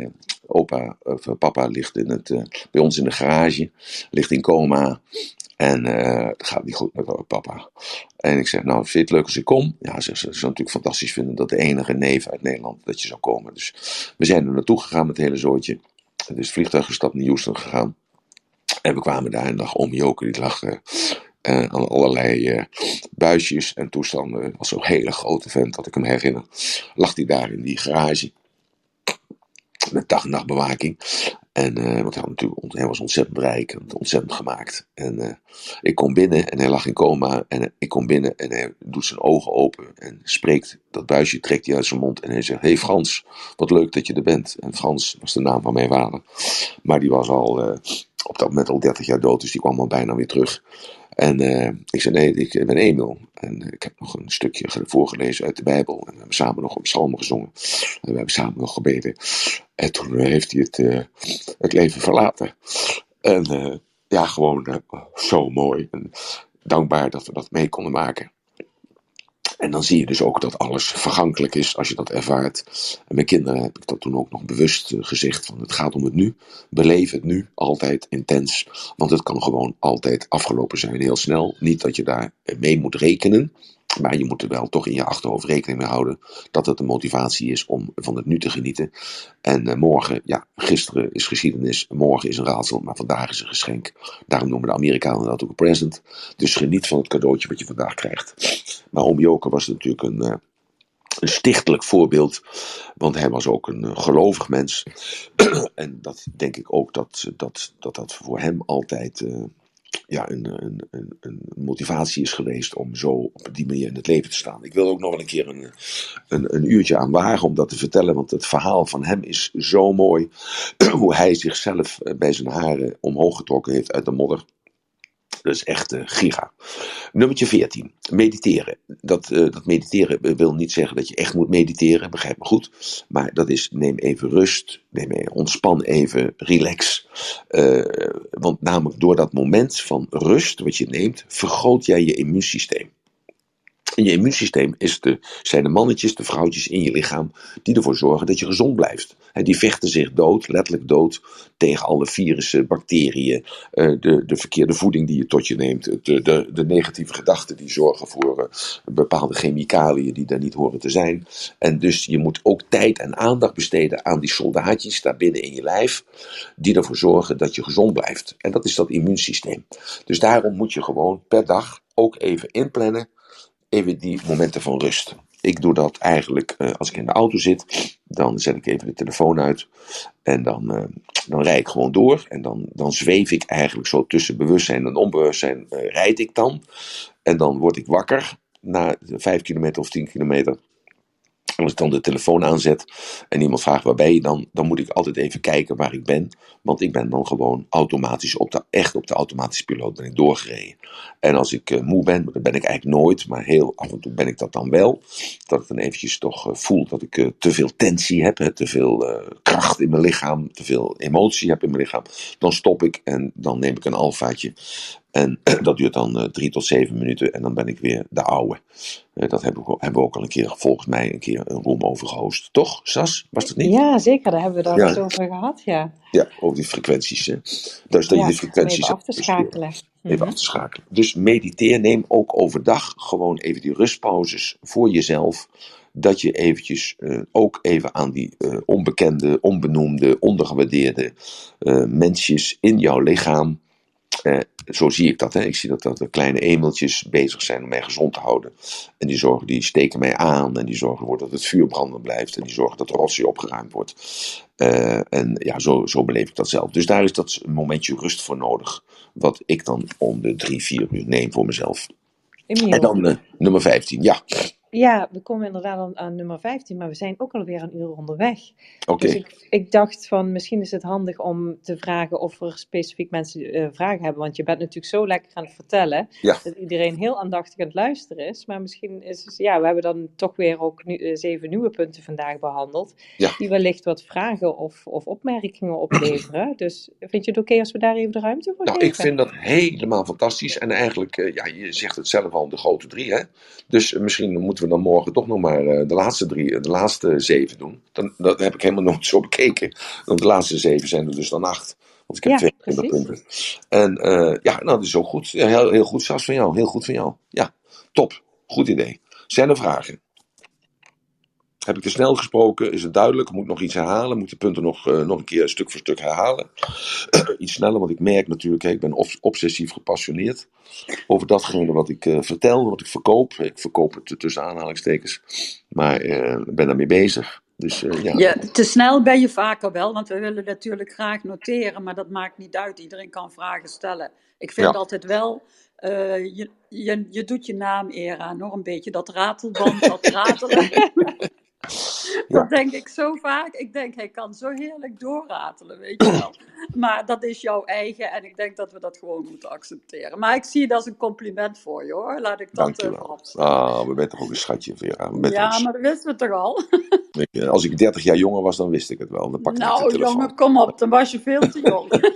papa ligt bij ons in de garage. Ligt in coma. En het gaat niet goed met papa. En ik zeg, nou, vind je het leuk als ik kom? Ja, ze zou natuurlijk fantastisch vinden dat de enige neef uit Nederland dat je zou komen. Dus we zijn er naartoe gegaan met het hele zooitje. Het is vliegtuig gestapt naar Houston gegaan. En we kwamen daar en lag oom Joke, die lag aan allerlei buisjes en toestanden. Het was zo'n hele grote vent, dat ik hem herinner. Lag hij daar in die garage. Met dag- en nachtbewaking. En want hij was ontzettend rijk, ontzettend gemaakt. En ik kom binnen en hij lag in coma. En ik kom binnen en hij doet zijn ogen open en spreekt. Dat buisje trekt hij uit zijn mond en hij zegt, hey Frans, wat leuk dat je er bent. En Frans was de naam van mijn vader. Maar die was al op dat moment al 30 jaar dood, dus die kwam al bijna weer terug. En ik zei, nee, ik ben Emil. En ik heb nog een stukje voorgelezen uit de Bijbel. En we hebben samen nog een psalm gezongen. En we hebben samen nog gebeden. En toen heeft hij het leven verlaten. En gewoon zo mooi. En dankbaar dat we dat mee konden maken. En dan zie je dus ook dat alles vergankelijk is als je dat ervaart. En mijn kinderen heb ik dat toen ook nog bewust gezegd. Van het gaat om het nu. Beleef het nu. Altijd intens. Want het kan gewoon altijd afgelopen zijn. Heel snel. Niet dat je daar mee moet rekenen. Maar je moet er wel toch in je achterhoofd rekening mee houden. Dat het een motivatie is om van het nu te genieten. En morgen, ja, gisteren is geschiedenis. Morgen is een raadsel. Maar vandaag is een geschenk. Daarom noemen de Amerikanen dat ook een present. Dus geniet van het cadeautje wat je vandaag krijgt. Maar oom Joke was natuurlijk een stichtelijk voorbeeld. Want hij was ook een gelovig mens. En dat denk ik ook dat voor hem altijd een motivatie is geweest om zo op die manier in het leven te staan. Ik wil ook nog wel een keer een uurtje aan wagen om dat te vertellen. Want het verhaal van hem is zo mooi. Hoe hij zichzelf bij zijn haren omhoog getrokken heeft uit de modder. Dat is echt giga. Nummertje 14. Mediteren. Dat mediteren wil niet zeggen dat je echt moet mediteren, begrijp me goed. Maar dat is, neem even rust, ontspan even, relax. Want namelijk door dat moment van rust wat je neemt, vergroot jij je immuunsysteem. En je immuunsysteem zijn de mannetjes, de vrouwtjes in je lichaam die ervoor zorgen dat je gezond blijft. En die vechten zich dood, letterlijk dood, tegen alle virussen, bacteriën, de verkeerde voeding die je tot je neemt, de negatieve gedachten die zorgen voor bepaalde chemicaliën die daar niet horen te zijn. En dus je moet ook tijd en aandacht besteden aan die soldaatjes daar binnen in je lijf, die ervoor zorgen dat je gezond blijft. En dat is dat immuunsysteem. Dus daarom moet je gewoon per dag ook even inplannen. Even die momenten van rust. Ik doe dat eigenlijk als ik in de auto zit. Dan zet ik even de telefoon uit. En dan rijd ik gewoon door. En dan zweef ik eigenlijk zo tussen bewustzijn en onbewustzijn. Rijd ik dan. En dan word ik wakker. Na 5 kilometer of 10 kilometer. Als ik dan de telefoon aanzet en iemand vraagt waar ben je dan moet ik altijd even kijken waar ik ben. Want ik ben dan gewoon automatisch echt op de automatische piloot ben ik doorgereden. En als ik moe ben, dat ben ik eigenlijk nooit, maar heel af en toe ben ik dat dan wel. Dat ik dan eventjes toch voel dat ik te veel tensie heb, te veel kracht in mijn lichaam, te veel emotie heb in mijn lichaam. Dan stop ik en dan neem ik een alfaatje. En dat duurt dan 3 tot 7 minuten en dan ben ik weer de oude. Dat hebben we ook al een keer, volgens mij, een room over gehost. Toch, Sas? Was dat niet? Ja, zeker. Daar hebben we het over gehad, ja. Ja, over die frequenties. Dus dat je de frequenties even af te schakelen. Even af te schakelen. Dus mediteer, neem ook overdag gewoon even die rustpauzes voor jezelf. Dat je eventjes ook even aan die onbekende, onbenoemde, ondergewaardeerde mensjes in jouw lichaam. Zo zie ik dat. Hè. Ik zie dat de kleine emeltjes bezig zijn om mij gezond te houden. En die steken mij aan. En die zorgen ervoor dat het vuur brandend blijft. En die zorgen dat de rotzooi opgeruimd wordt. En ja, zo beleef ik dat zelf. Dus daar is dat momentje rust voor nodig. Wat ik dan om de 3-4 uur neem voor mezelf. Emiel. En dan nummer 15, ja. Ja, we komen inderdaad aan nummer 15, maar we zijn ook alweer een uur onderweg. Oké. Dus ik dacht van, misschien is het handig om te vragen of er specifiek mensen vragen hebben. Want je bent natuurlijk zo lekker aan het vertellen, dat iedereen heel aandachtig aan het luisteren is. Maar misschien is we hebben dan toch weer ook 7 nieuwe punten vandaag behandeld. Ja. Die wellicht wat vragen of opmerkingen opleveren. Dus vind je het oké als we daar even de ruimte voor geven? Ik vind dat helemaal fantastisch. En eigenlijk, je zegt het zelf al, de grote 3, hè. Dus misschien moeten we dan morgen toch nog maar de laatste 7 doen. Dat heb ik helemaal nooit zo bekeken. Want de laatste 7 zijn er dus dan 8. Want ik heb 22 punten. En dat is ook goed. Ja, heel goed, Sas, van jou. Heel goed van jou. Ja, top. Goed idee. Zijn er vragen? Heb ik te snel gesproken? Is het duidelijk? Moet ik nog iets herhalen? Moet de punten nog een keer stuk voor stuk herhalen? Iets sneller, want ik merk natuurlijk, ik ben obsessief gepassioneerd over datgene wat ik vertel, wat ik verkoop. Ik verkoop het tussen aanhalingstekens, maar ik ben daarmee bezig. Dus, Ja, te snel ben je vaker wel, want we willen natuurlijk graag noteren, maar dat maakt niet uit. Iedereen kan vragen stellen. Ik vind altijd wel, je doet je naam eer aan, nog een beetje dat ratelband, dat ratelen. Dat denk ik zo vaak. Ik denk, hij kan zo heerlijk doorratelen, weet je wel. Maar dat is jouw eigen en ik denk dat we dat gewoon moeten accepteren. Maar ik zie het als een compliment voor je, hoor. Laat ik dat Dankjewel. We bent toch ook een schatje, Vera. Maar dat wisten we toch al? Als ik 30 jaar jonger was, dan wist ik het wel. Dan pakte ik de telefoon. Jongen, kom op. Dan was je veel te jong.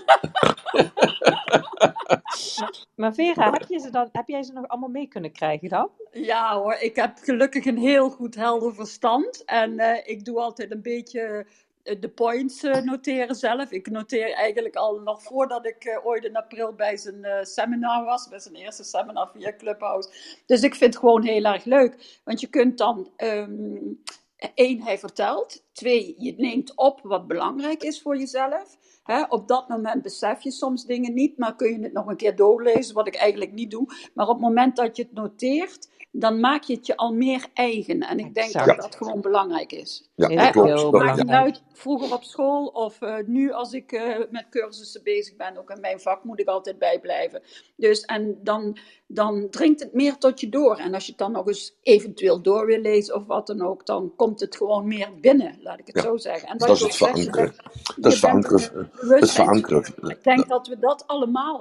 Maar Vera, heb jij ze nog allemaal mee kunnen krijgen dan? Ja hoor, ik heb gelukkig een heel goed helder verstand. En ik doe altijd een beetje de points noteren zelf. Ik noteer eigenlijk al nog voordat ik ooit in april bij zijn seminar was. Bij zijn eerste seminar via Clubhouse. Dus ik vind het gewoon heel erg leuk. Want je kunt dan... 1, hij vertelt. 2, je neemt op wat belangrijk is voor jezelf. Op dat moment besef je soms dingen niet, maar kun je het nog een keer doorlezen, wat ik eigenlijk niet doe. Maar op het moment dat je het noteert, dan maak je het je al meer eigen. En ik denk dat dat gewoon belangrijk is. Ja, klopt. Maakt niet uit, vroeger op school of nu als ik met cursussen bezig ben, ook in mijn vak moet ik altijd bijblijven. Dus en dan dringt het meer tot je door. En als je het dan nog eens eventueel door wil lezen of wat dan ook, dan komt het gewoon meer binnen, laat ik het zo zeggen. En dat is het verankeren. Dat is verankeren. Ik denk dat we dat allemaal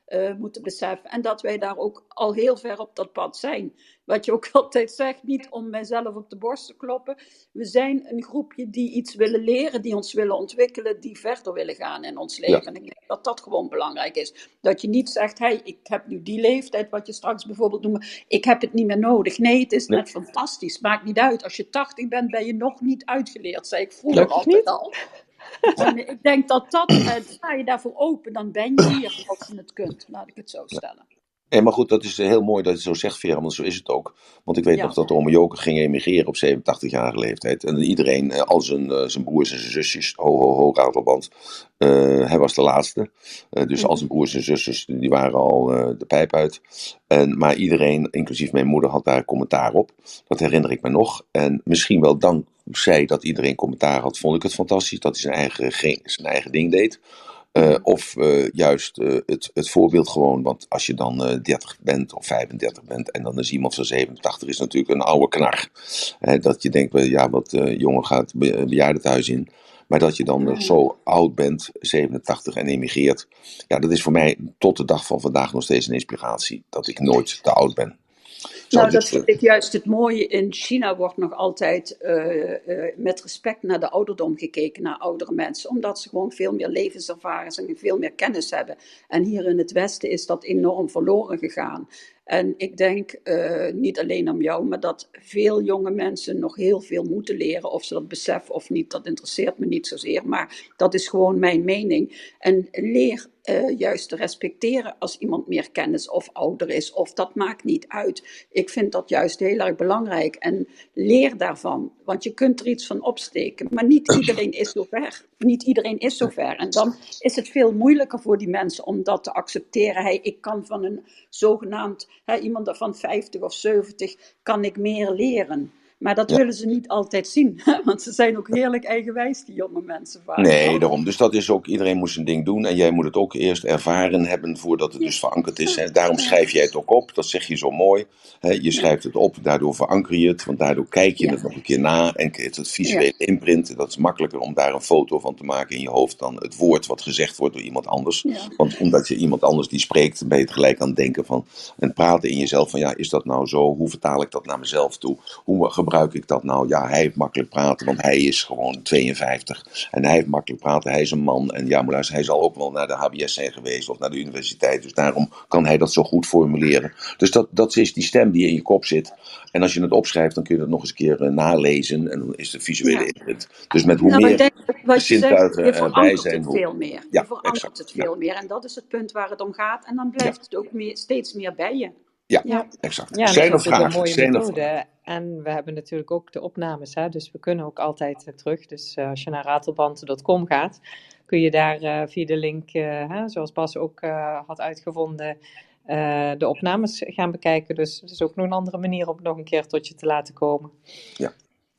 moeten beseffen. En dat wij daar ook al heel ver op dat pad zijn. Wat je ook altijd zegt, niet om mijzelf op de borst te kloppen. We zijn een groepje die iets willen leren, die ons willen ontwikkelen, die verder willen gaan in ons leven. En ik denk dat dat gewoon belangrijk is. Dat je niet zegt, hey, ik heb nu die leeftijd, wat je straks bijvoorbeeld noemde, ik heb het niet meer nodig. Nee, het is net fantastisch. Maakt niet uit. Als je 80 bent, ben je nog niet uitgeleerd, zei ik vroeger altijd al. En ik denk dat sta je daarvoor open, dan ben je hier als je het kunt. Laat ik het zo stellen. Nee, maar goed, dat is heel mooi dat je het zo zegt, Vera, want zo is het ook. Want ik weet nog dat ome Joke ging emigreren op 87-jarige leeftijd. En iedereen, al zijn broers en zijn zusjes, ho, ratelband. Hij was de laatste. Dus al zijn broers en zusjes, die waren al de pijp uit. Maar iedereen, inclusief mijn moeder, had daar commentaar op. Dat herinner ik me nog. En misschien wel dankzij dat iedereen commentaar had, vond ik het fantastisch dat hij zijn eigen ding deed. Of juist het voorbeeld gewoon, want als je dan 30 bent of 35 bent en dan is iemand van 87, is natuurlijk een oude knar. Dat je denkt, ja, wat jongen gaat bejaardentehuis in. Maar dat je dan zo oud bent, 87 en emigreert. Ja, dat is voor mij tot de dag van vandaag nog steeds een inspiratie. Dat ik nooit te oud ben. Nou, dat vind ik juist het mooie. In China wordt nog altijd met respect naar de ouderdom gekeken, naar oudere mensen. Omdat ze gewoon veel meer levenservaring en veel meer kennis hebben. En hier in het Westen is dat enorm verloren gegaan. En ik denk, niet alleen om jou, maar dat veel jonge mensen nog heel veel moeten leren. Of ze dat beseffen of niet, dat interesseert me niet zozeer. Maar dat is gewoon mijn mening. En leer juist te respecteren als iemand meer kennis of ouder is. Of dat maakt niet uit. Ik vind dat juist heel erg belangrijk. En leer daarvan. Want je kunt er iets van opsteken. Maar niet iedereen is zover. Niet iedereen is zover. En dan is het veel moeilijker voor die mensen om dat te accepteren. Hey, ik kan van een zogenaamd, iemand van 50 of 70, kan ik meer leren. Maar dat willen ze niet altijd zien. Want ze zijn ook heerlijk eigenwijs, die jonge mensen vaak. Nee, daarom. Dus dat is ook, iedereen moet zijn ding doen. En jij moet het ook eerst ervaren hebben voordat het dus verankerd is. En daarom schrijf jij het ook op. Dat zeg je zo mooi. Je schrijft het op, daardoor veranker je het. Want daardoor kijk je het nog een keer na. En het visuele imprint. Dat is makkelijker om daar een foto van te maken in je hoofd dan het woord wat gezegd wordt door iemand anders. Ja. Want omdat je iemand anders die spreekt, ben je het gelijk aan het denken van. En praten in jezelf van, ja, is dat nou zo? Hoe vertaal ik dat naar mezelf toe? Hoe gebruik ik dat nou? Ja, hij heeft makkelijk praten, want hij is gewoon 52. En hij heeft makkelijk praten, hij is een man. En ja, maar luister, hij zal ook wel naar de HBS zijn geweest of naar de universiteit. Dus daarom kan hij dat zo goed formuleren. Dus dat is die stem die in je kop zit. En als je het opschrijft, dan kun je dat nog eens een keer nalezen. En dan is de visuele input. Dus met hoe meer zintuigen erbij zijn. Veel meer. Je verankert het veel meer. En dat is het punt waar het om gaat. En dan blijft het ook steeds meer bij je. Ja, exact. Ja, zijn er vragen? Een mooie methode. En we hebben natuurlijk ook de opnames, dus we kunnen ook altijd terug. Dus als je naar ratelband.com gaat, kun je daar via de link, zoals Bas ook had uitgevonden, de opnames gaan bekijken. Dus het is ook nog een andere manier om nog een keer tot je te laten komen. Ja.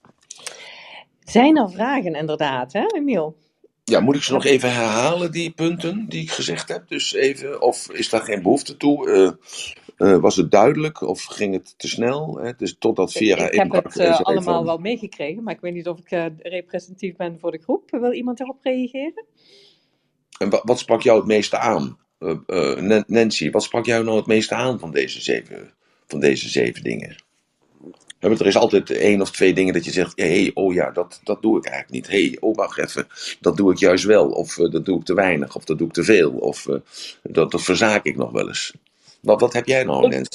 Zijn er vragen inderdaad, Emiel? Ja, moet ik ze nog even herhalen, die punten die ik gezegd heb? Dus even, of is daar geen behoefte toe? Was het duidelijk of ging het te snel? Dus totdat Vera ik heb het allemaal wel meegekregen, maar ik weet niet of ik representatief ben voor de groep. Wil iemand daarop reageren? En wat sprak jou het meeste aan? Nancy, wat sprak jou nou het meeste aan van deze zeven dingen? Er is altijd 1 of 2 dingen dat je zegt, dat doe ik eigenlijk niet. Wacht even, dat doe ik juist wel. Of dat doe ik te weinig, of dat doe ik te veel. Of dat verzaak ik nog wel eens. Wat heb jij nou, Nens?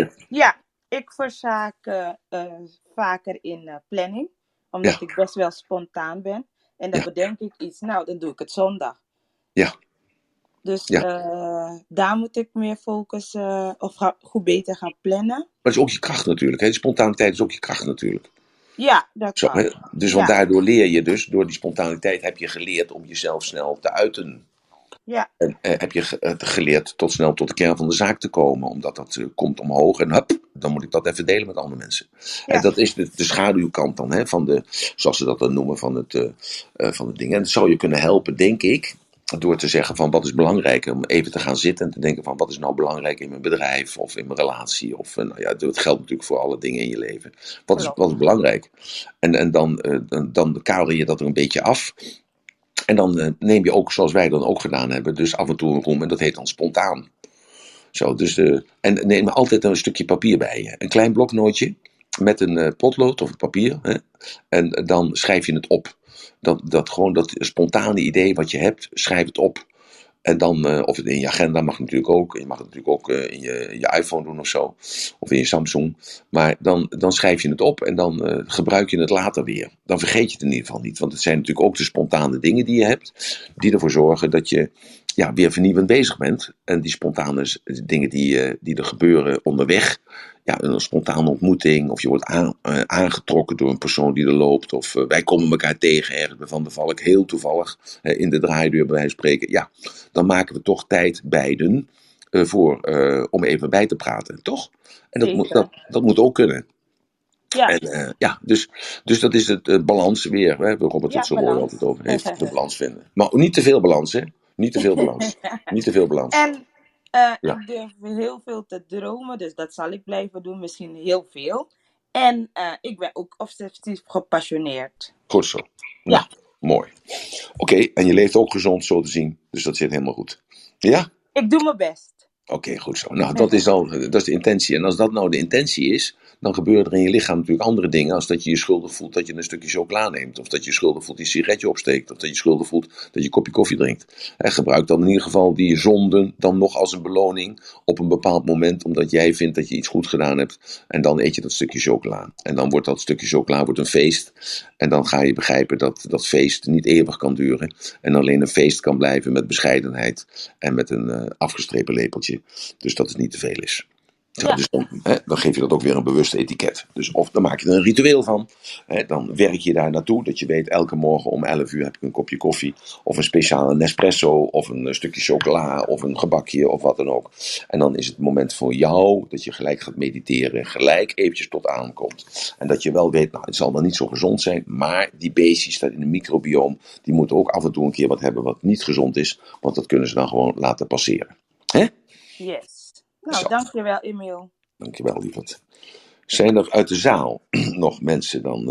Ik verzaak vaker in planning. Omdat ik best wel spontaan ben. En dan bedenk ik iets, nou dan doe ik het zondag. Ja. Dus daar moet ik meer focussen of goed beter gaan plannen. Maar dat is ook je kracht natuurlijk. De spontaniteit is ook je kracht natuurlijk. Ja, dat kan. Dus want daardoor leer je dus, door die spontaniteit heb je geleerd om jezelf snel te uiten. Ja. En heb je geleerd snel tot de kern van de zaak te komen. Omdat dat komt omhoog en dan moet ik dat even delen met andere mensen. Ja. En dat is de schaduwkant dan, van zoals ze dat dan noemen, van het ding. En dat zou je kunnen helpen, denk ik, door te zeggen van wat is belangrijk. Om even te gaan zitten en te denken van wat is nou belangrijk in mijn bedrijf of in mijn relatie. Of het geldt natuurlijk voor alle dingen in je leven. Wat is belangrijk? En dan kader je dat er een beetje af. En dan neem je ook, zoals wij dan ook gedaan hebben, dus af en toe een room en dat heet dan spontaan. Zo, dus en neem altijd een stukje papier bij je. Een klein bloknootje met een potlood of papier. Hè? En dan schrijf je het op. Gewoon dat spontane idee wat je hebt, schrijf het op. En dan, of het in je agenda mag natuurlijk ook. Je mag het natuurlijk ook in je iPhone doen of zo. Of in je Samsung. Maar dan schrijf je het op en dan gebruik je het later weer. Dan vergeet je het in ieder geval niet. Want het zijn natuurlijk ook de spontane dingen die je hebt. Die ervoor zorgen dat je weer vernieuwend bezig bent. En die spontane dingen die er gebeuren onderweg. Ja, een spontane ontmoeting. Of je wordt aangetrokken door een persoon die er loopt. Of wij komen elkaar tegen ergens bij Van der Valk. Heel toevallig in de draaideur bij wijze van spreken. Ja, dan maken we toch tijd beiden om even bij te praten. Toch? En dat moet ook kunnen. Ja. En dus dat is het balans weer. Hè? Robert het zo mooi balans. altijd over heeft. De balans vinden. Maar niet te veel balans, hè? Niet te veel balans. Niet te veel balans. En Ja. ik durf heel veel te dromen, dus dat zal ik blijven doen, misschien heel veel. En ik ben ook obsessief gepassioneerd. Goed zo. Nou, mooi. Oké, en je leeft ook gezond zo te zien. Dus dat zit helemaal goed. Ja? Ik doe mijn best. Oké, goed zo. Nou, dat is de intentie. En als dat nou de intentie is, dan gebeuren er in je lichaam natuurlijk andere dingen. Als dat je je schuldig voelt dat je een stukje chocola neemt. Of dat je je schuldig voelt dat je een sigaretje opsteekt. Of dat je je schuldig voelt dat je een kopje koffie drinkt. En gebruik dan in ieder geval die zonden dan nog als een beloning op een bepaald moment. Omdat jij vindt dat je iets goed gedaan hebt. En dan eet je dat stukje chocola. En dan wordt dat stukje chocola een feest. En dan ga je begrijpen dat dat feest niet eeuwig kan duren. En alleen een feest kan blijven met bescheidenheid. En met een afgestrepen lepeltje. Dus dat het niet te veel is. Zo, dus dan geef je dat ook weer een bewuste etiket. Dus of dan maak je er een ritueel van. Dan werk je daar naartoe. Dat je weet, elke morgen om 11 uur heb ik een kopje koffie. Of een speciale Nespresso. Of een stukje chocola. Of een gebakje. Of wat dan ook. En dan is het moment voor jou dat je gelijk gaat mediteren. Gelijk eventjes tot aankomt. En dat je wel weet, nou het zal dan niet zo gezond zijn. Maar die beestjes dat in de microbioom. Die moeten ook af en toe een keer wat hebben wat niet gezond is. Want dat kunnen ze dan gewoon laten passeren. Hè? Yes. Nou, Zo. dankjewel, Emiel. Dankjewel, lieverd. Zijn er uit de zaal nog mensen dan?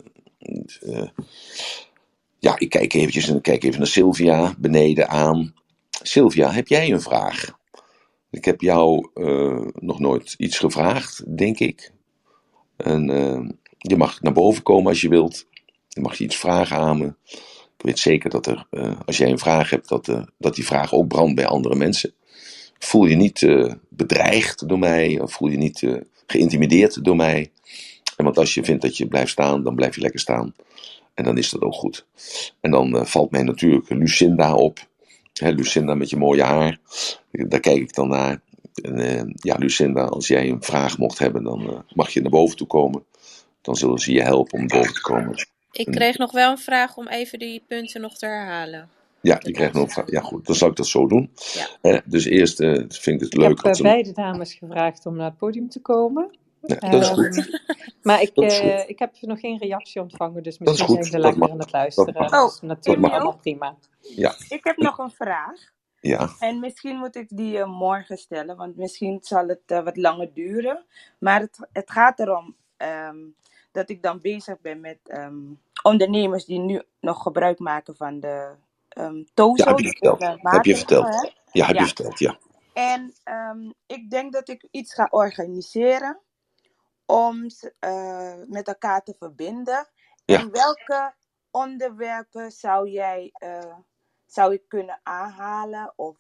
Ik kijk eventjes en kijk even naar Sylvia beneden aan. Sylvia, heb jij een vraag? Ik heb jou nog nooit iets gevraagd, denk ik. En je mag naar boven komen als je wilt. Je mag je iets vragen aan me. Ik weet zeker dat als jij een vraag hebt, dat die vraag ook brandt bij andere mensen. Voel je niet bedreigd door mij, of voel je niet geïntimideerd door mij. Want als je vindt dat je blijft staan, dan blijf je lekker staan. En dan is dat ook goed. En dan valt mij natuurlijk Lucinda op. Lucinda met je mooie haar. Daar kijk ik dan naar. En, Lucinda, als jij een vraag mocht hebben, dan mag je naar boven toe komen. Dan zullen ze je helpen om boven te komen. Ik kreeg nog wel een vraag om even die punten nog te herhalen. Ja, je krijgt nog een vraag. Ja, goed, dan zal ik dat zo doen. Ja. Dus eerst vind ik het leuk. Ik heb beide dames gevraagd om naar het podium te komen. Ja, dat is goed. Maar ik heb nog geen reactie ontvangen, dus misschien zijn ze lekker aan het luisteren. Dat is natuurlijk allemaal prima. Ja. Ik heb nog een vraag. Ja. En misschien moet ik die morgen stellen, want misschien zal het wat langer duren. Maar het gaat erom dat ik dan bezig ben met ondernemers die nu nog gebruik maken van de TOZO. Ja, heb je verteld. Heb je verteld. Ja, heb je verteld, ja. En ik denk dat ik iets ga organiseren om met elkaar te verbinden. Ja. En welke onderwerpen zou ik kunnen aanhalen? Of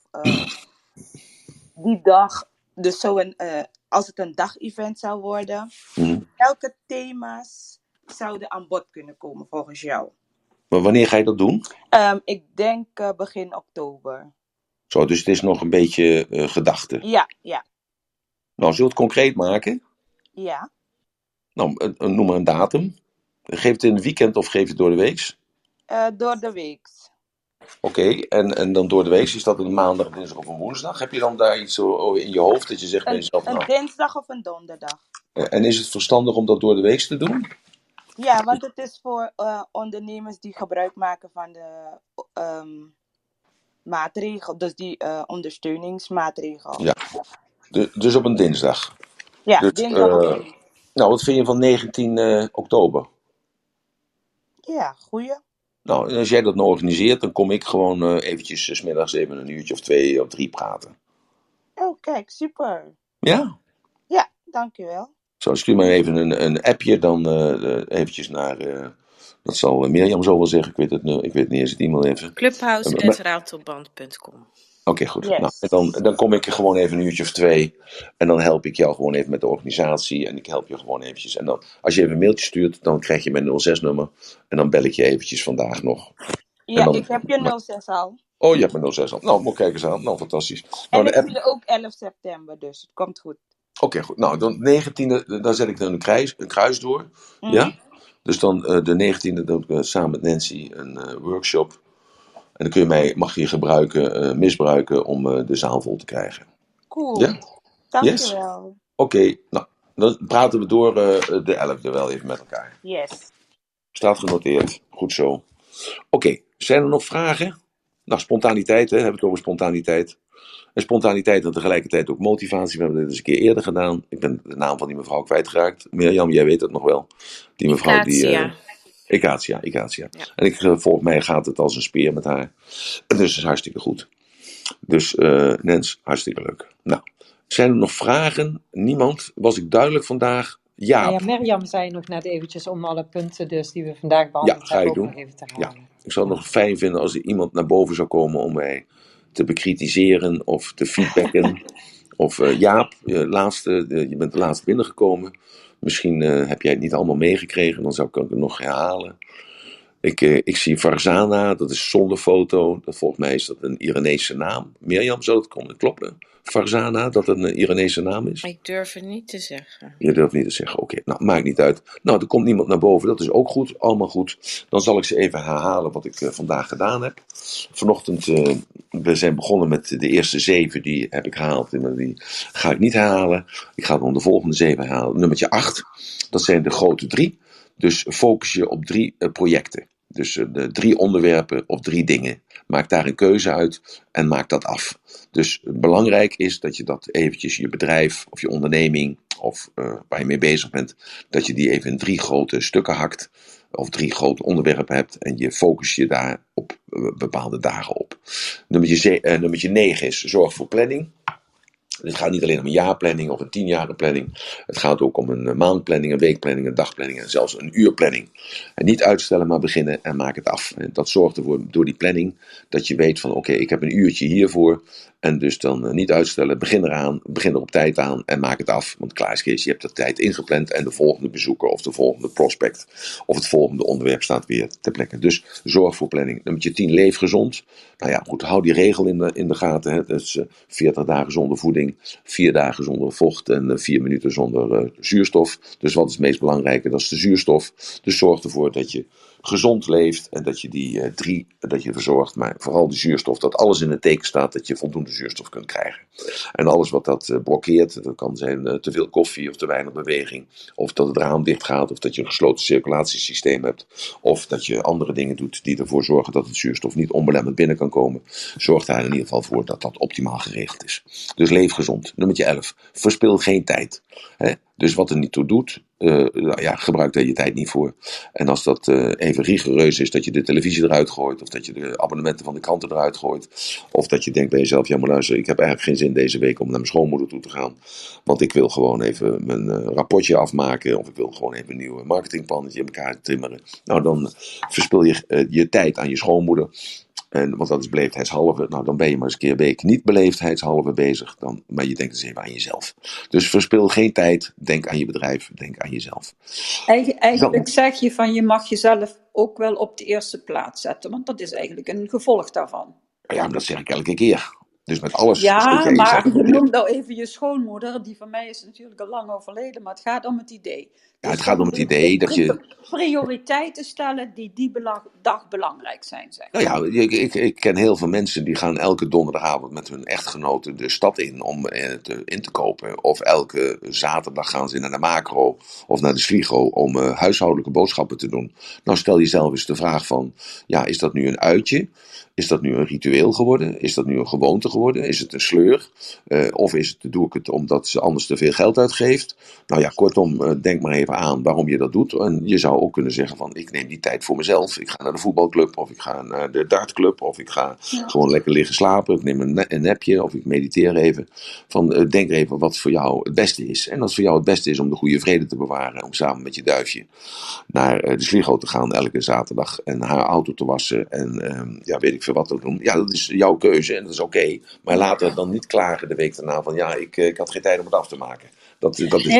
die dag, dus als het een dag-event zou worden. Welke thema's zouden aan bod kunnen komen volgens jou? Maar wanneer ga je dat doen? Ik denk begin oktober. Zo, dus het is nog een beetje gedachte. Ja. Nou, zullen we het concreet maken? Ja. Nou, noem maar een datum. Geef het in het weekend of geef het door de week? Door de week. Oké, en dan door de week, is dat een maandag, dinsdag of een woensdag? Heb je dan daar iets in je hoofd dat je zegt bij jezelf... Een dinsdag of een donderdag. En is het verstandig om dat door de week te doen? Ja, want het is voor ondernemers die gebruik maken van de maatregel, dus die ondersteuningsmaatregel. Ja, dus op een dinsdag. Ja, dus, dinsdag. Nou, wat vind je van 19 oktober? Ja, goeie. Nou, als jij dat nou organiseert, dan kom ik gewoon eventjes 's middags even een uurtje of 2 of 3 praten. Oh, kijk, super. Ja? Ja, dankjewel. Zo, stuur maar even een appje dan eventjes naar... dat zal Mirjam zo wel zeggen. Ik weet het niet eens het e-mail even. Clubhouse@ratelband.com. Oké, goed. Yes. Nou, en dan kom ik gewoon even een uurtje of 2. En dan help ik jou gewoon even met de organisatie. En ik help je gewoon eventjes. En dan, als je even een mailtje stuurt, dan krijg je mijn 06-nummer. En dan bel ik je eventjes vandaag nog. Ja, dan, ik heb je 06 al. Oh, je hebt mijn 06 al. Nou, moet kijk eens aan. Nou, fantastisch. En Nou, ik zie ook 11 september, dus het komt goed. Oké, goed. Nou, dan 19e, dan zet ik er een kruis door. Mhm. Ja? Dus dan de 19e doe ik samen met Nancy een workshop. En dan mag je misbruiken om de zaal vol te krijgen. Cool. Ja? Dankjewel. Oké, nou, dan praten we door de 11e wel even met elkaar. Yes. Staat genoteerd. Goed zo. Oké, zijn er nog vragen? Nou, spontaniteit, hè? Hebben we het over spontaniteit. En spontaniteit en tegelijkertijd ook motivatie. We hebben dit eens een keer eerder gedaan. Ik ben de naam van die mevrouw kwijtgeraakt. Mirjam, jij weet het nog wel. Die mevrouw Ikatia. Ja. En volgens mij gaat het als een speer met haar. Dus dat is hartstikke goed. Dus Nens, hartstikke leuk. Nou, zijn er nog vragen? Niemand? Was ik duidelijk vandaag? Ja. Mirjam zei nog net eventjes om alle punten dus die we vandaag behandeld ga ik hebben doen. ook nog even te halen. Ja, ik zou het nog fijn vinden als er iemand naar boven zou komen om mij te bekritiseren of te feedbacken. Of Jaap, je bent de laatst binnengekomen. Misschien heb jij het niet allemaal meegekregen, dan zou ik het nog herhalen. Ik zie Farzana, dat is zonder foto. Volgens mij is dat een Iranese naam. Mirjam, zou het kunnen kloppen? Farzana, dat het een Iranese naam is? Ik durf het niet te zeggen. Je durft niet te zeggen, oké. Nou, maakt niet uit. Nou, er komt niemand naar boven, dat is ook goed. Allemaal goed. Dan zal ik ze even herhalen wat ik vandaag gedaan heb. Vanochtend, we zijn begonnen met de eerste 7, die heb ik gehaald. Maar die ga ik niet herhalen. Ik ga dan de volgende 7 herhalen. Nummertje 8, dat zijn de grote 3. Dus focus je op 3 projecten. Dus de 3 onderwerpen of 3 dingen. Maak daar een keuze uit en maak dat af. Dus belangrijk is dat je dat eventjes je bedrijf of je onderneming of waar je mee bezig bent, dat je die even in 3 grote stukken hakt. Of 3 grote onderwerpen hebt en je focus je daar op bepaalde dagen op. Nummertje 9 is zorg voor planning. Het gaat niet alleen om een jaarplanning of een 10-jarige planning. Het gaat ook om een maandplanning, een weekplanning, een dagplanning en zelfs een uurplanning. En niet uitstellen, maar beginnen en maak het af. En dat zorgt ervoor, door die planning, dat je weet van oké, ik heb een uurtje hiervoor. En dus dan niet uitstellen, begin er op tijd aan en maak het af. Want klaar is Kees, je hebt de tijd ingepland en de volgende bezoeker of de volgende prospect of het volgende onderwerp staat weer ter plekke. Dus zorg voor planning. Nummer 10, leef gezond. Nou ja, goed, hou die regel in de gaten. Hè. Dus 40 dagen zonder voeding, 4 dagen zonder vocht en 4 minuten zonder zuurstof. Dus wat is het meest belangrijke? Dat is de zuurstof. Dus zorg ervoor dat je gezond leeft en dat je die 3 dat je verzorgt, maar vooral die zuurstof, dat alles in het teken staat dat je voldoende zuurstof kunt krijgen. En alles wat dat blokkeert, dat kan zijn te veel koffie of te weinig beweging, of dat het raam dicht gaat, of dat je een gesloten circulatiesysteem hebt, of dat je andere dingen doet die ervoor zorgen dat het zuurstof niet onbelemmerd binnen kan komen. Zorg daar in ieder geval voor dat dat optimaal geregeld is. Dus leef gezond. Nummer 11. Verspil geen tijd. Dus wat er niet toe doet, gebruik daar je tijd niet voor. En als dat even rigoureus is, dat je de televisie eruit gooit, of dat je de abonnementen van de kranten eruit gooit, of dat je denkt bij jezelf, ja maar luister, ik heb eigenlijk geen zin deze week om naar mijn schoonmoeder toe te gaan, want ik wil gewoon even mijn rapportje afmaken, of ik wil gewoon even een nieuw marketingplannetje in elkaar timmeren. Nou, dan verspil je je tijd aan je schoonmoeder. Want dat is beleefdheidshalve. Nou, dan ben je maar eens een keer een week niet beleefdheidshalve bezig. Maar je denkt dus even aan jezelf. Dus verspil geen tijd. Denk aan je bedrijf. Denk aan jezelf. Eigenlijk zeg je van je mag jezelf ook wel op de eerste plaats zetten. Want dat is eigenlijk een gevolg daarvan. Ja, maar dat zeg ik elke keer. Dus met alles. Ja, maar je noemt nou even je schoonmoeder. Die van mij is natuurlijk al lang overleden. Maar het gaat om het idee. Ja, het gaat om het idee dat je prioriteiten stellen die dag belangrijk zijn. Zeg. Nou ja, ik ken heel veel mensen die gaan elke donderdagavond met hun echtgenoten de stad in om in te kopen. Of elke zaterdag gaan ze naar de Macro of naar de Sligo om huishoudelijke boodschappen te doen. Nou, stel jezelf eens de vraag van, ja, is dat nu een uitje? Is dat nu een ritueel geworden? Is dat nu een gewoonte geworden? Is het een sleur? Of doe ik het omdat ze anders te veel geld uitgeeft? Nou ja, kortom, denk maar even even aan waarom je dat doet. En je zou ook kunnen zeggen van, ik neem die tijd voor mezelf. Ik ga naar de voetbalclub, of ik ga naar de dartclub, of ik ga gewoon lekker liggen slapen. Ik neem een napje, of ik mediteer even. Denk even wat voor jou het beste is. En als voor jou het beste is om de goede vrede te bewaren, om samen met je duifje naar de Sligo te gaan elke zaterdag en haar auto te wassen en weet ik veel wat te doen. Ja, dat is jouw keuze en dat is oké. Maar later dan niet klagen de week daarna van ik had geen tijd om het af te maken. Dat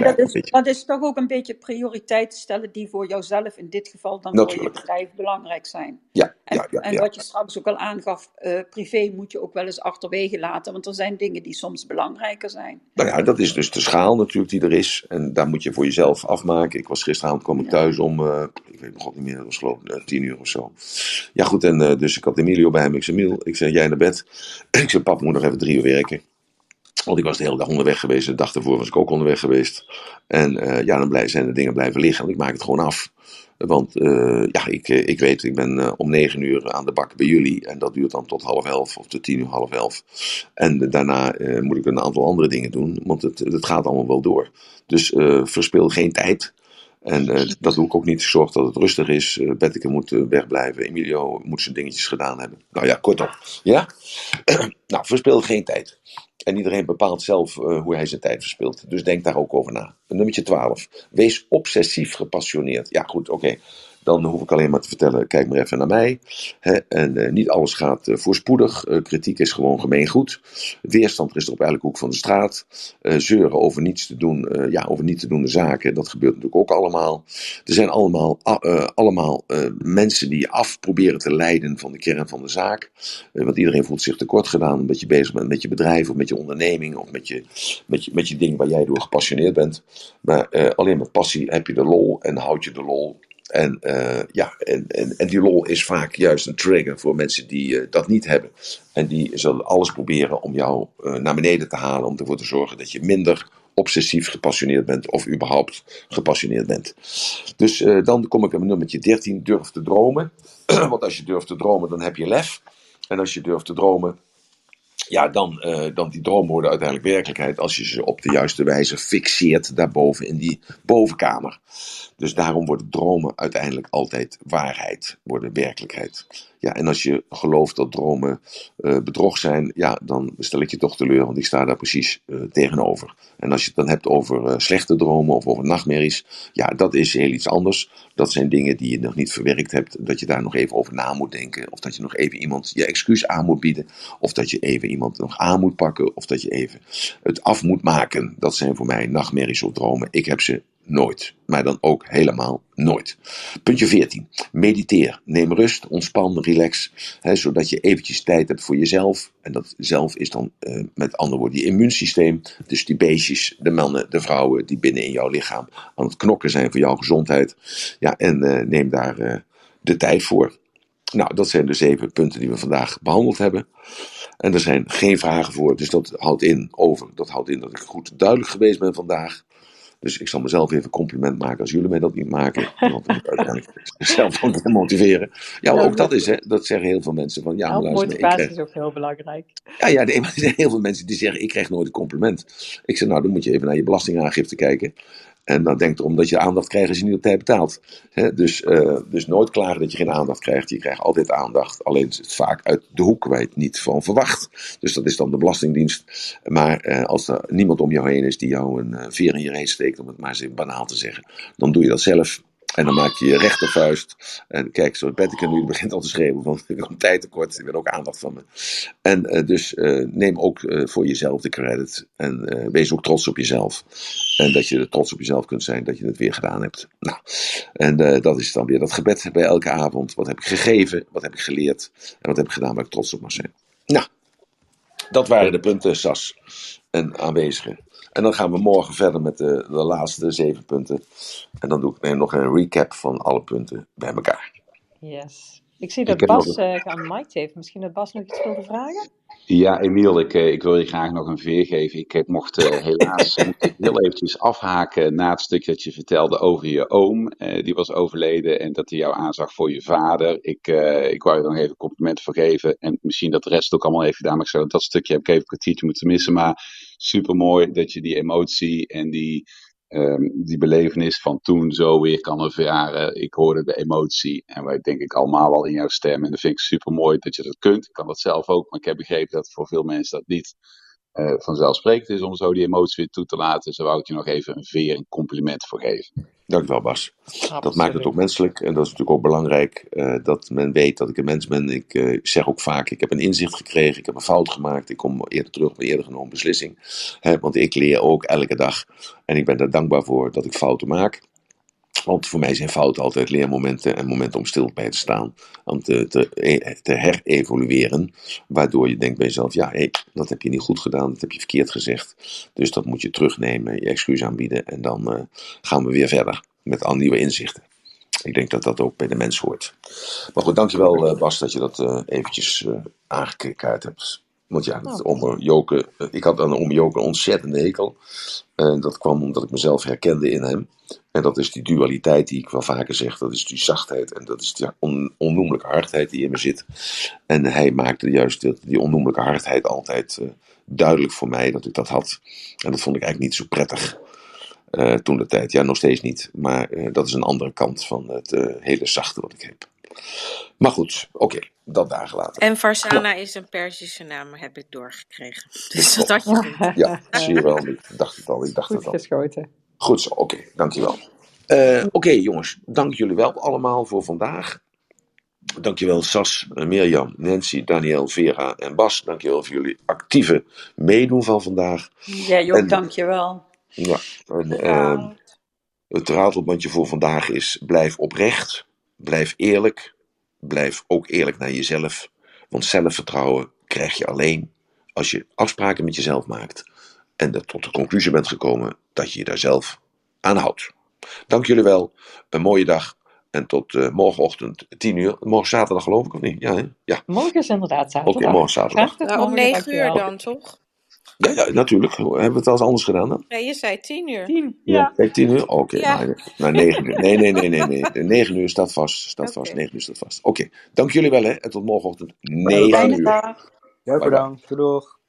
is toch ook een beetje prioriteiten stellen die voor jouzelf in dit geval dan voor je bedrijf belangrijk zijn. En wat je straks ook al aangaf, privé moet je ook wel eens achterwege laten, want er zijn dingen die soms belangrijker zijn. Nou ja, dat is dus de schaal natuurlijk die er is. En daar moet je voor jezelf afmaken. Gisteravond kwam ik thuis om, ik weet nog niet meer, dat was geloof ik 10 uur of zo. Ja goed, en dus ik had Emilio bij me. Ik zei, jij naar bed? Ik zei, pap moet nog even 3 uur werken. Want ik was de hele dag onderweg geweest. De dag daarvoor was ik ook onderweg geweest. En dan zijn de dingen blijven liggen. Want ik maak het gewoon af. Want ik weet, ik ben om 9 uur aan de bak bij jullie. En dat duurt dan tot 10:30 of tot 10:30. En daarna moet ik een aantal andere dingen doen. Want het gaat allemaal wel door. Dus verspil geen tijd. En dat doe ik ook niet. Zorg dat het rustig is. Betteke moet wegblijven. Emilio moet zijn dingetjes gedaan hebben. Nou ja, kortom. Ja? Nou, verspil geen tijd. En iedereen bepaalt zelf hoe hij zijn tijd verspilt. Dus denk daar ook over na. Nummertje 12. Wees obsessief gepassioneerd. Ja, goed, oké. Dan hoef ik alleen maar te vertellen, kijk maar even naar mij. En niet alles gaat voorspoedig. Kritiek is gewoon gemeengoed. Weerstand is er op elke hoek van de straat. Zeuren over niets te doen, over niet te doen de zaken. Dat gebeurt natuurlijk ook allemaal. Er zijn allemaal mensen die je af proberen te leiden van de kern van de zaak. Want iedereen voelt zich tekort gedaan omdat je bezig bent met je bedrijf of met je onderneming of met je dingen waar jij door gepassioneerd bent. Maar alleen met passie heb je de lol en houd je de lol. En die lol is vaak juist een trigger voor mensen die dat niet hebben. En die zullen alles proberen om jou naar beneden te halen. Om ervoor te zorgen dat je minder obsessief gepassioneerd bent. Of überhaupt gepassioneerd bent. Dus dan kom ik aan nummertje 13. Durf te dromen. Want als je durft te dromen, dan heb je lef. En als je durft te dromen, ja, dan die dromen worden uiteindelijk werkelijkheid als je ze op de juiste wijze fixeert daarboven in die bovenkamer. Dus daarom worden dromen uiteindelijk altijd waarheid, worden werkelijkheid. Ja, en als je gelooft dat dromen bedrog zijn, ja, dan stel ik je toch teleur, want ik sta daar precies tegenover. En als je het dan hebt over slechte dromen of over nachtmerries, ja, dat is heel iets anders. Dat zijn dingen die je nog niet verwerkt hebt, dat je daar nog even over na moet denken. Of dat je nog even iemand je excuus aan moet bieden. Of dat je even iemand nog aan moet pakken. Of dat je even het af moet maken. Dat zijn voor mij nachtmerries of dromen. Ik heb ze nooit. Maar dan ook helemaal nooit. Puntje 14. Mediteer. Neem rust, ontspan, relax. Zodat je eventjes tijd hebt voor jezelf. En dat zelf is dan met andere woorden je immuunsysteem. Dus die beestjes, de mannen, de vrouwen die binnen in jouw lichaam aan het knokken zijn voor jouw gezondheid. Ja, en neem daar de tijd voor. Nou, dat zijn de 7 punten die we vandaag behandeld hebben. En er zijn geen vragen voor. Dus dat houdt in dat ik goed duidelijk geweest ben vandaag. Dus ik zal mezelf even compliment maken als jullie mij dat niet maken. Want ik moet uiteindelijk zelf ook weer motiveren. Ja, maar ook dat is, hè. Dat zeggen heel veel mensen. Van, ja, maar motivatie is ook heel belangrijk. Ja, er zijn heel veel mensen die zeggen, ik krijg nooit een compliment. Ik zeg, nou, dan moet je even naar je belastingaangifte kijken. En dan denk erom dat je aandacht krijgt als je niet op tijd betaalt. Dus nooit klagen dat je geen aandacht krijgt. Je krijgt altijd aandacht. Alleen is het vaak uit de hoek waar je het niet van verwacht. Dus dat is dan de Belastingdienst. Maar als er niemand om jou heen is die jou een veer in je reet steekt, om het maar eens banaal te zeggen, dan doe je dat zelf. En dan maak je je rechtervuist. En kijk, zoals Betteke nu begint al te schreeuwen. Want ik kom tijd tekort. Ik wil ook aandacht van me. En dus neem ook voor jezelf de credit. En wees ook trots op jezelf. En dat je er trots op jezelf kunt zijn dat je het weer gedaan hebt. Nou, en dat is dan weer dat gebed bij elke avond. Wat heb ik gegeven? Wat heb ik geleerd? En wat heb ik gedaan waar ik trots op mag zijn? Nou, dat waren de punten, Sas. En aanwezigen. En dan gaan we morgen verder met de laatste 7 punten. En dan doe ik nog een recap van alle punten bij elkaar. Yes. Ik zie dat Bas geunmiked heeft. Misschien dat Bas nog iets wilde vragen? Ja, Emiel, ik wil je graag nog een veer geven. Ik mocht helaas heel eventjes afhaken na het stuk dat je vertelde over je oom. Die was overleden en dat hij jou aanzag voor je vader. Ik wou je nog even complimenten voor geven. En misschien dat de rest ook allemaal even gedaan. Maar ik zou dat stukje heb ik even een kwartiertje moeten missen. Maar super mooi dat je die emotie en die die belevenis van toen zo weer kan ervaren. Ik hoorde de emotie en wij denk ik allemaal wel in jouw stem. En dat vind ik super mooi dat je dat kunt. Ik kan dat zelf ook, maar ik heb begrepen dat voor veel mensen dat niet vanzelfsprekend is om zo die emotie weer toe te laten. Dus daar wou ik je nog even een compliment voor geven. Dankjewel, Bas. Absoluut. Dat maakt het ook menselijk en dat is natuurlijk ook belangrijk dat men weet dat ik een mens ben. Ik zeg ook vaak, ik heb een inzicht gekregen, ik heb een fout gemaakt, ik kom eerder terug op een eerder genomen beslissing. Want ik leer ook elke dag en ik ben daar dankbaar voor dat ik fouten maak. Want voor mij zijn fouten altijd leermomenten en momenten om stil bij te staan. Om te herevalueren. Waardoor je denkt bij jezelf, ja, dat heb je niet goed gedaan, dat heb je verkeerd gezegd. Dus dat moet je terugnemen, je excuus aanbieden. En dan gaan we weer verder met al nieuwe inzichten. Ik denk dat dat ook bij de mens hoort. Maar goed, dankjewel Bas dat je dat eventjes aangekaart hebt. Want ja, Ome Joke, ik had aan Ome Joke een ontzettende hekel. En dat kwam omdat ik mezelf herkende in hem. En dat is die dualiteit die ik wel vaker zeg. Dat is die zachtheid en dat is die onnoemelijke hardheid die in me zit. En hij maakte juist die onnoemelijke hardheid altijd duidelijk voor mij dat ik dat had. En dat vond ik eigenlijk niet zo prettig toen de tijd. Ja, nog steeds niet. Maar dat is een andere kant van het hele zachte wat ik heb. Maar goed, oké, dat daar gelaten. En Farzana is een Perzische naam, heb ik doorgekregen. Dus dat had je goed. Ja, zie je wel. Ik dacht het al. Goed geschoten. Goed zo, oké, dankjewel. Oké, jongens, dank jullie wel allemaal voor vandaag. Dankjewel Sas, Mirjam, Nancy, Daniel, Vera en Bas. Dankjewel voor jullie actieve meedoen van vandaag. Jij ook, dankjewel. Ja, en het ratelbandje voor vandaag is: blijf oprecht, blijf eerlijk, blijf ook eerlijk naar jezelf. Want zelfvertrouwen krijg je alleen als je afspraken met jezelf maakt en tot de conclusie bent gekomen dat je je daar zelf aan houdt. Dank jullie wel, een mooie dag en tot morgenochtend 10:00. Morgen zaterdag geloof ik, of niet? Ja, hè? Ja. Morgen is inderdaad zaterdag. Oké, morgen zaterdag. Om 9:00 dan, toch? Ja, natuurlijk. Hebben we het al eens anders gedaan dan? Nee, je zei 10:00. 10, ja. 10:00? Oké. Ja. Nou, 9:00. Nee. 9:00 staat vast. Oké. 9:00 staat vast. Oké. Dank jullie wel, hè. En tot morgenochtend 9:00. Ja, bedankt. Doeg.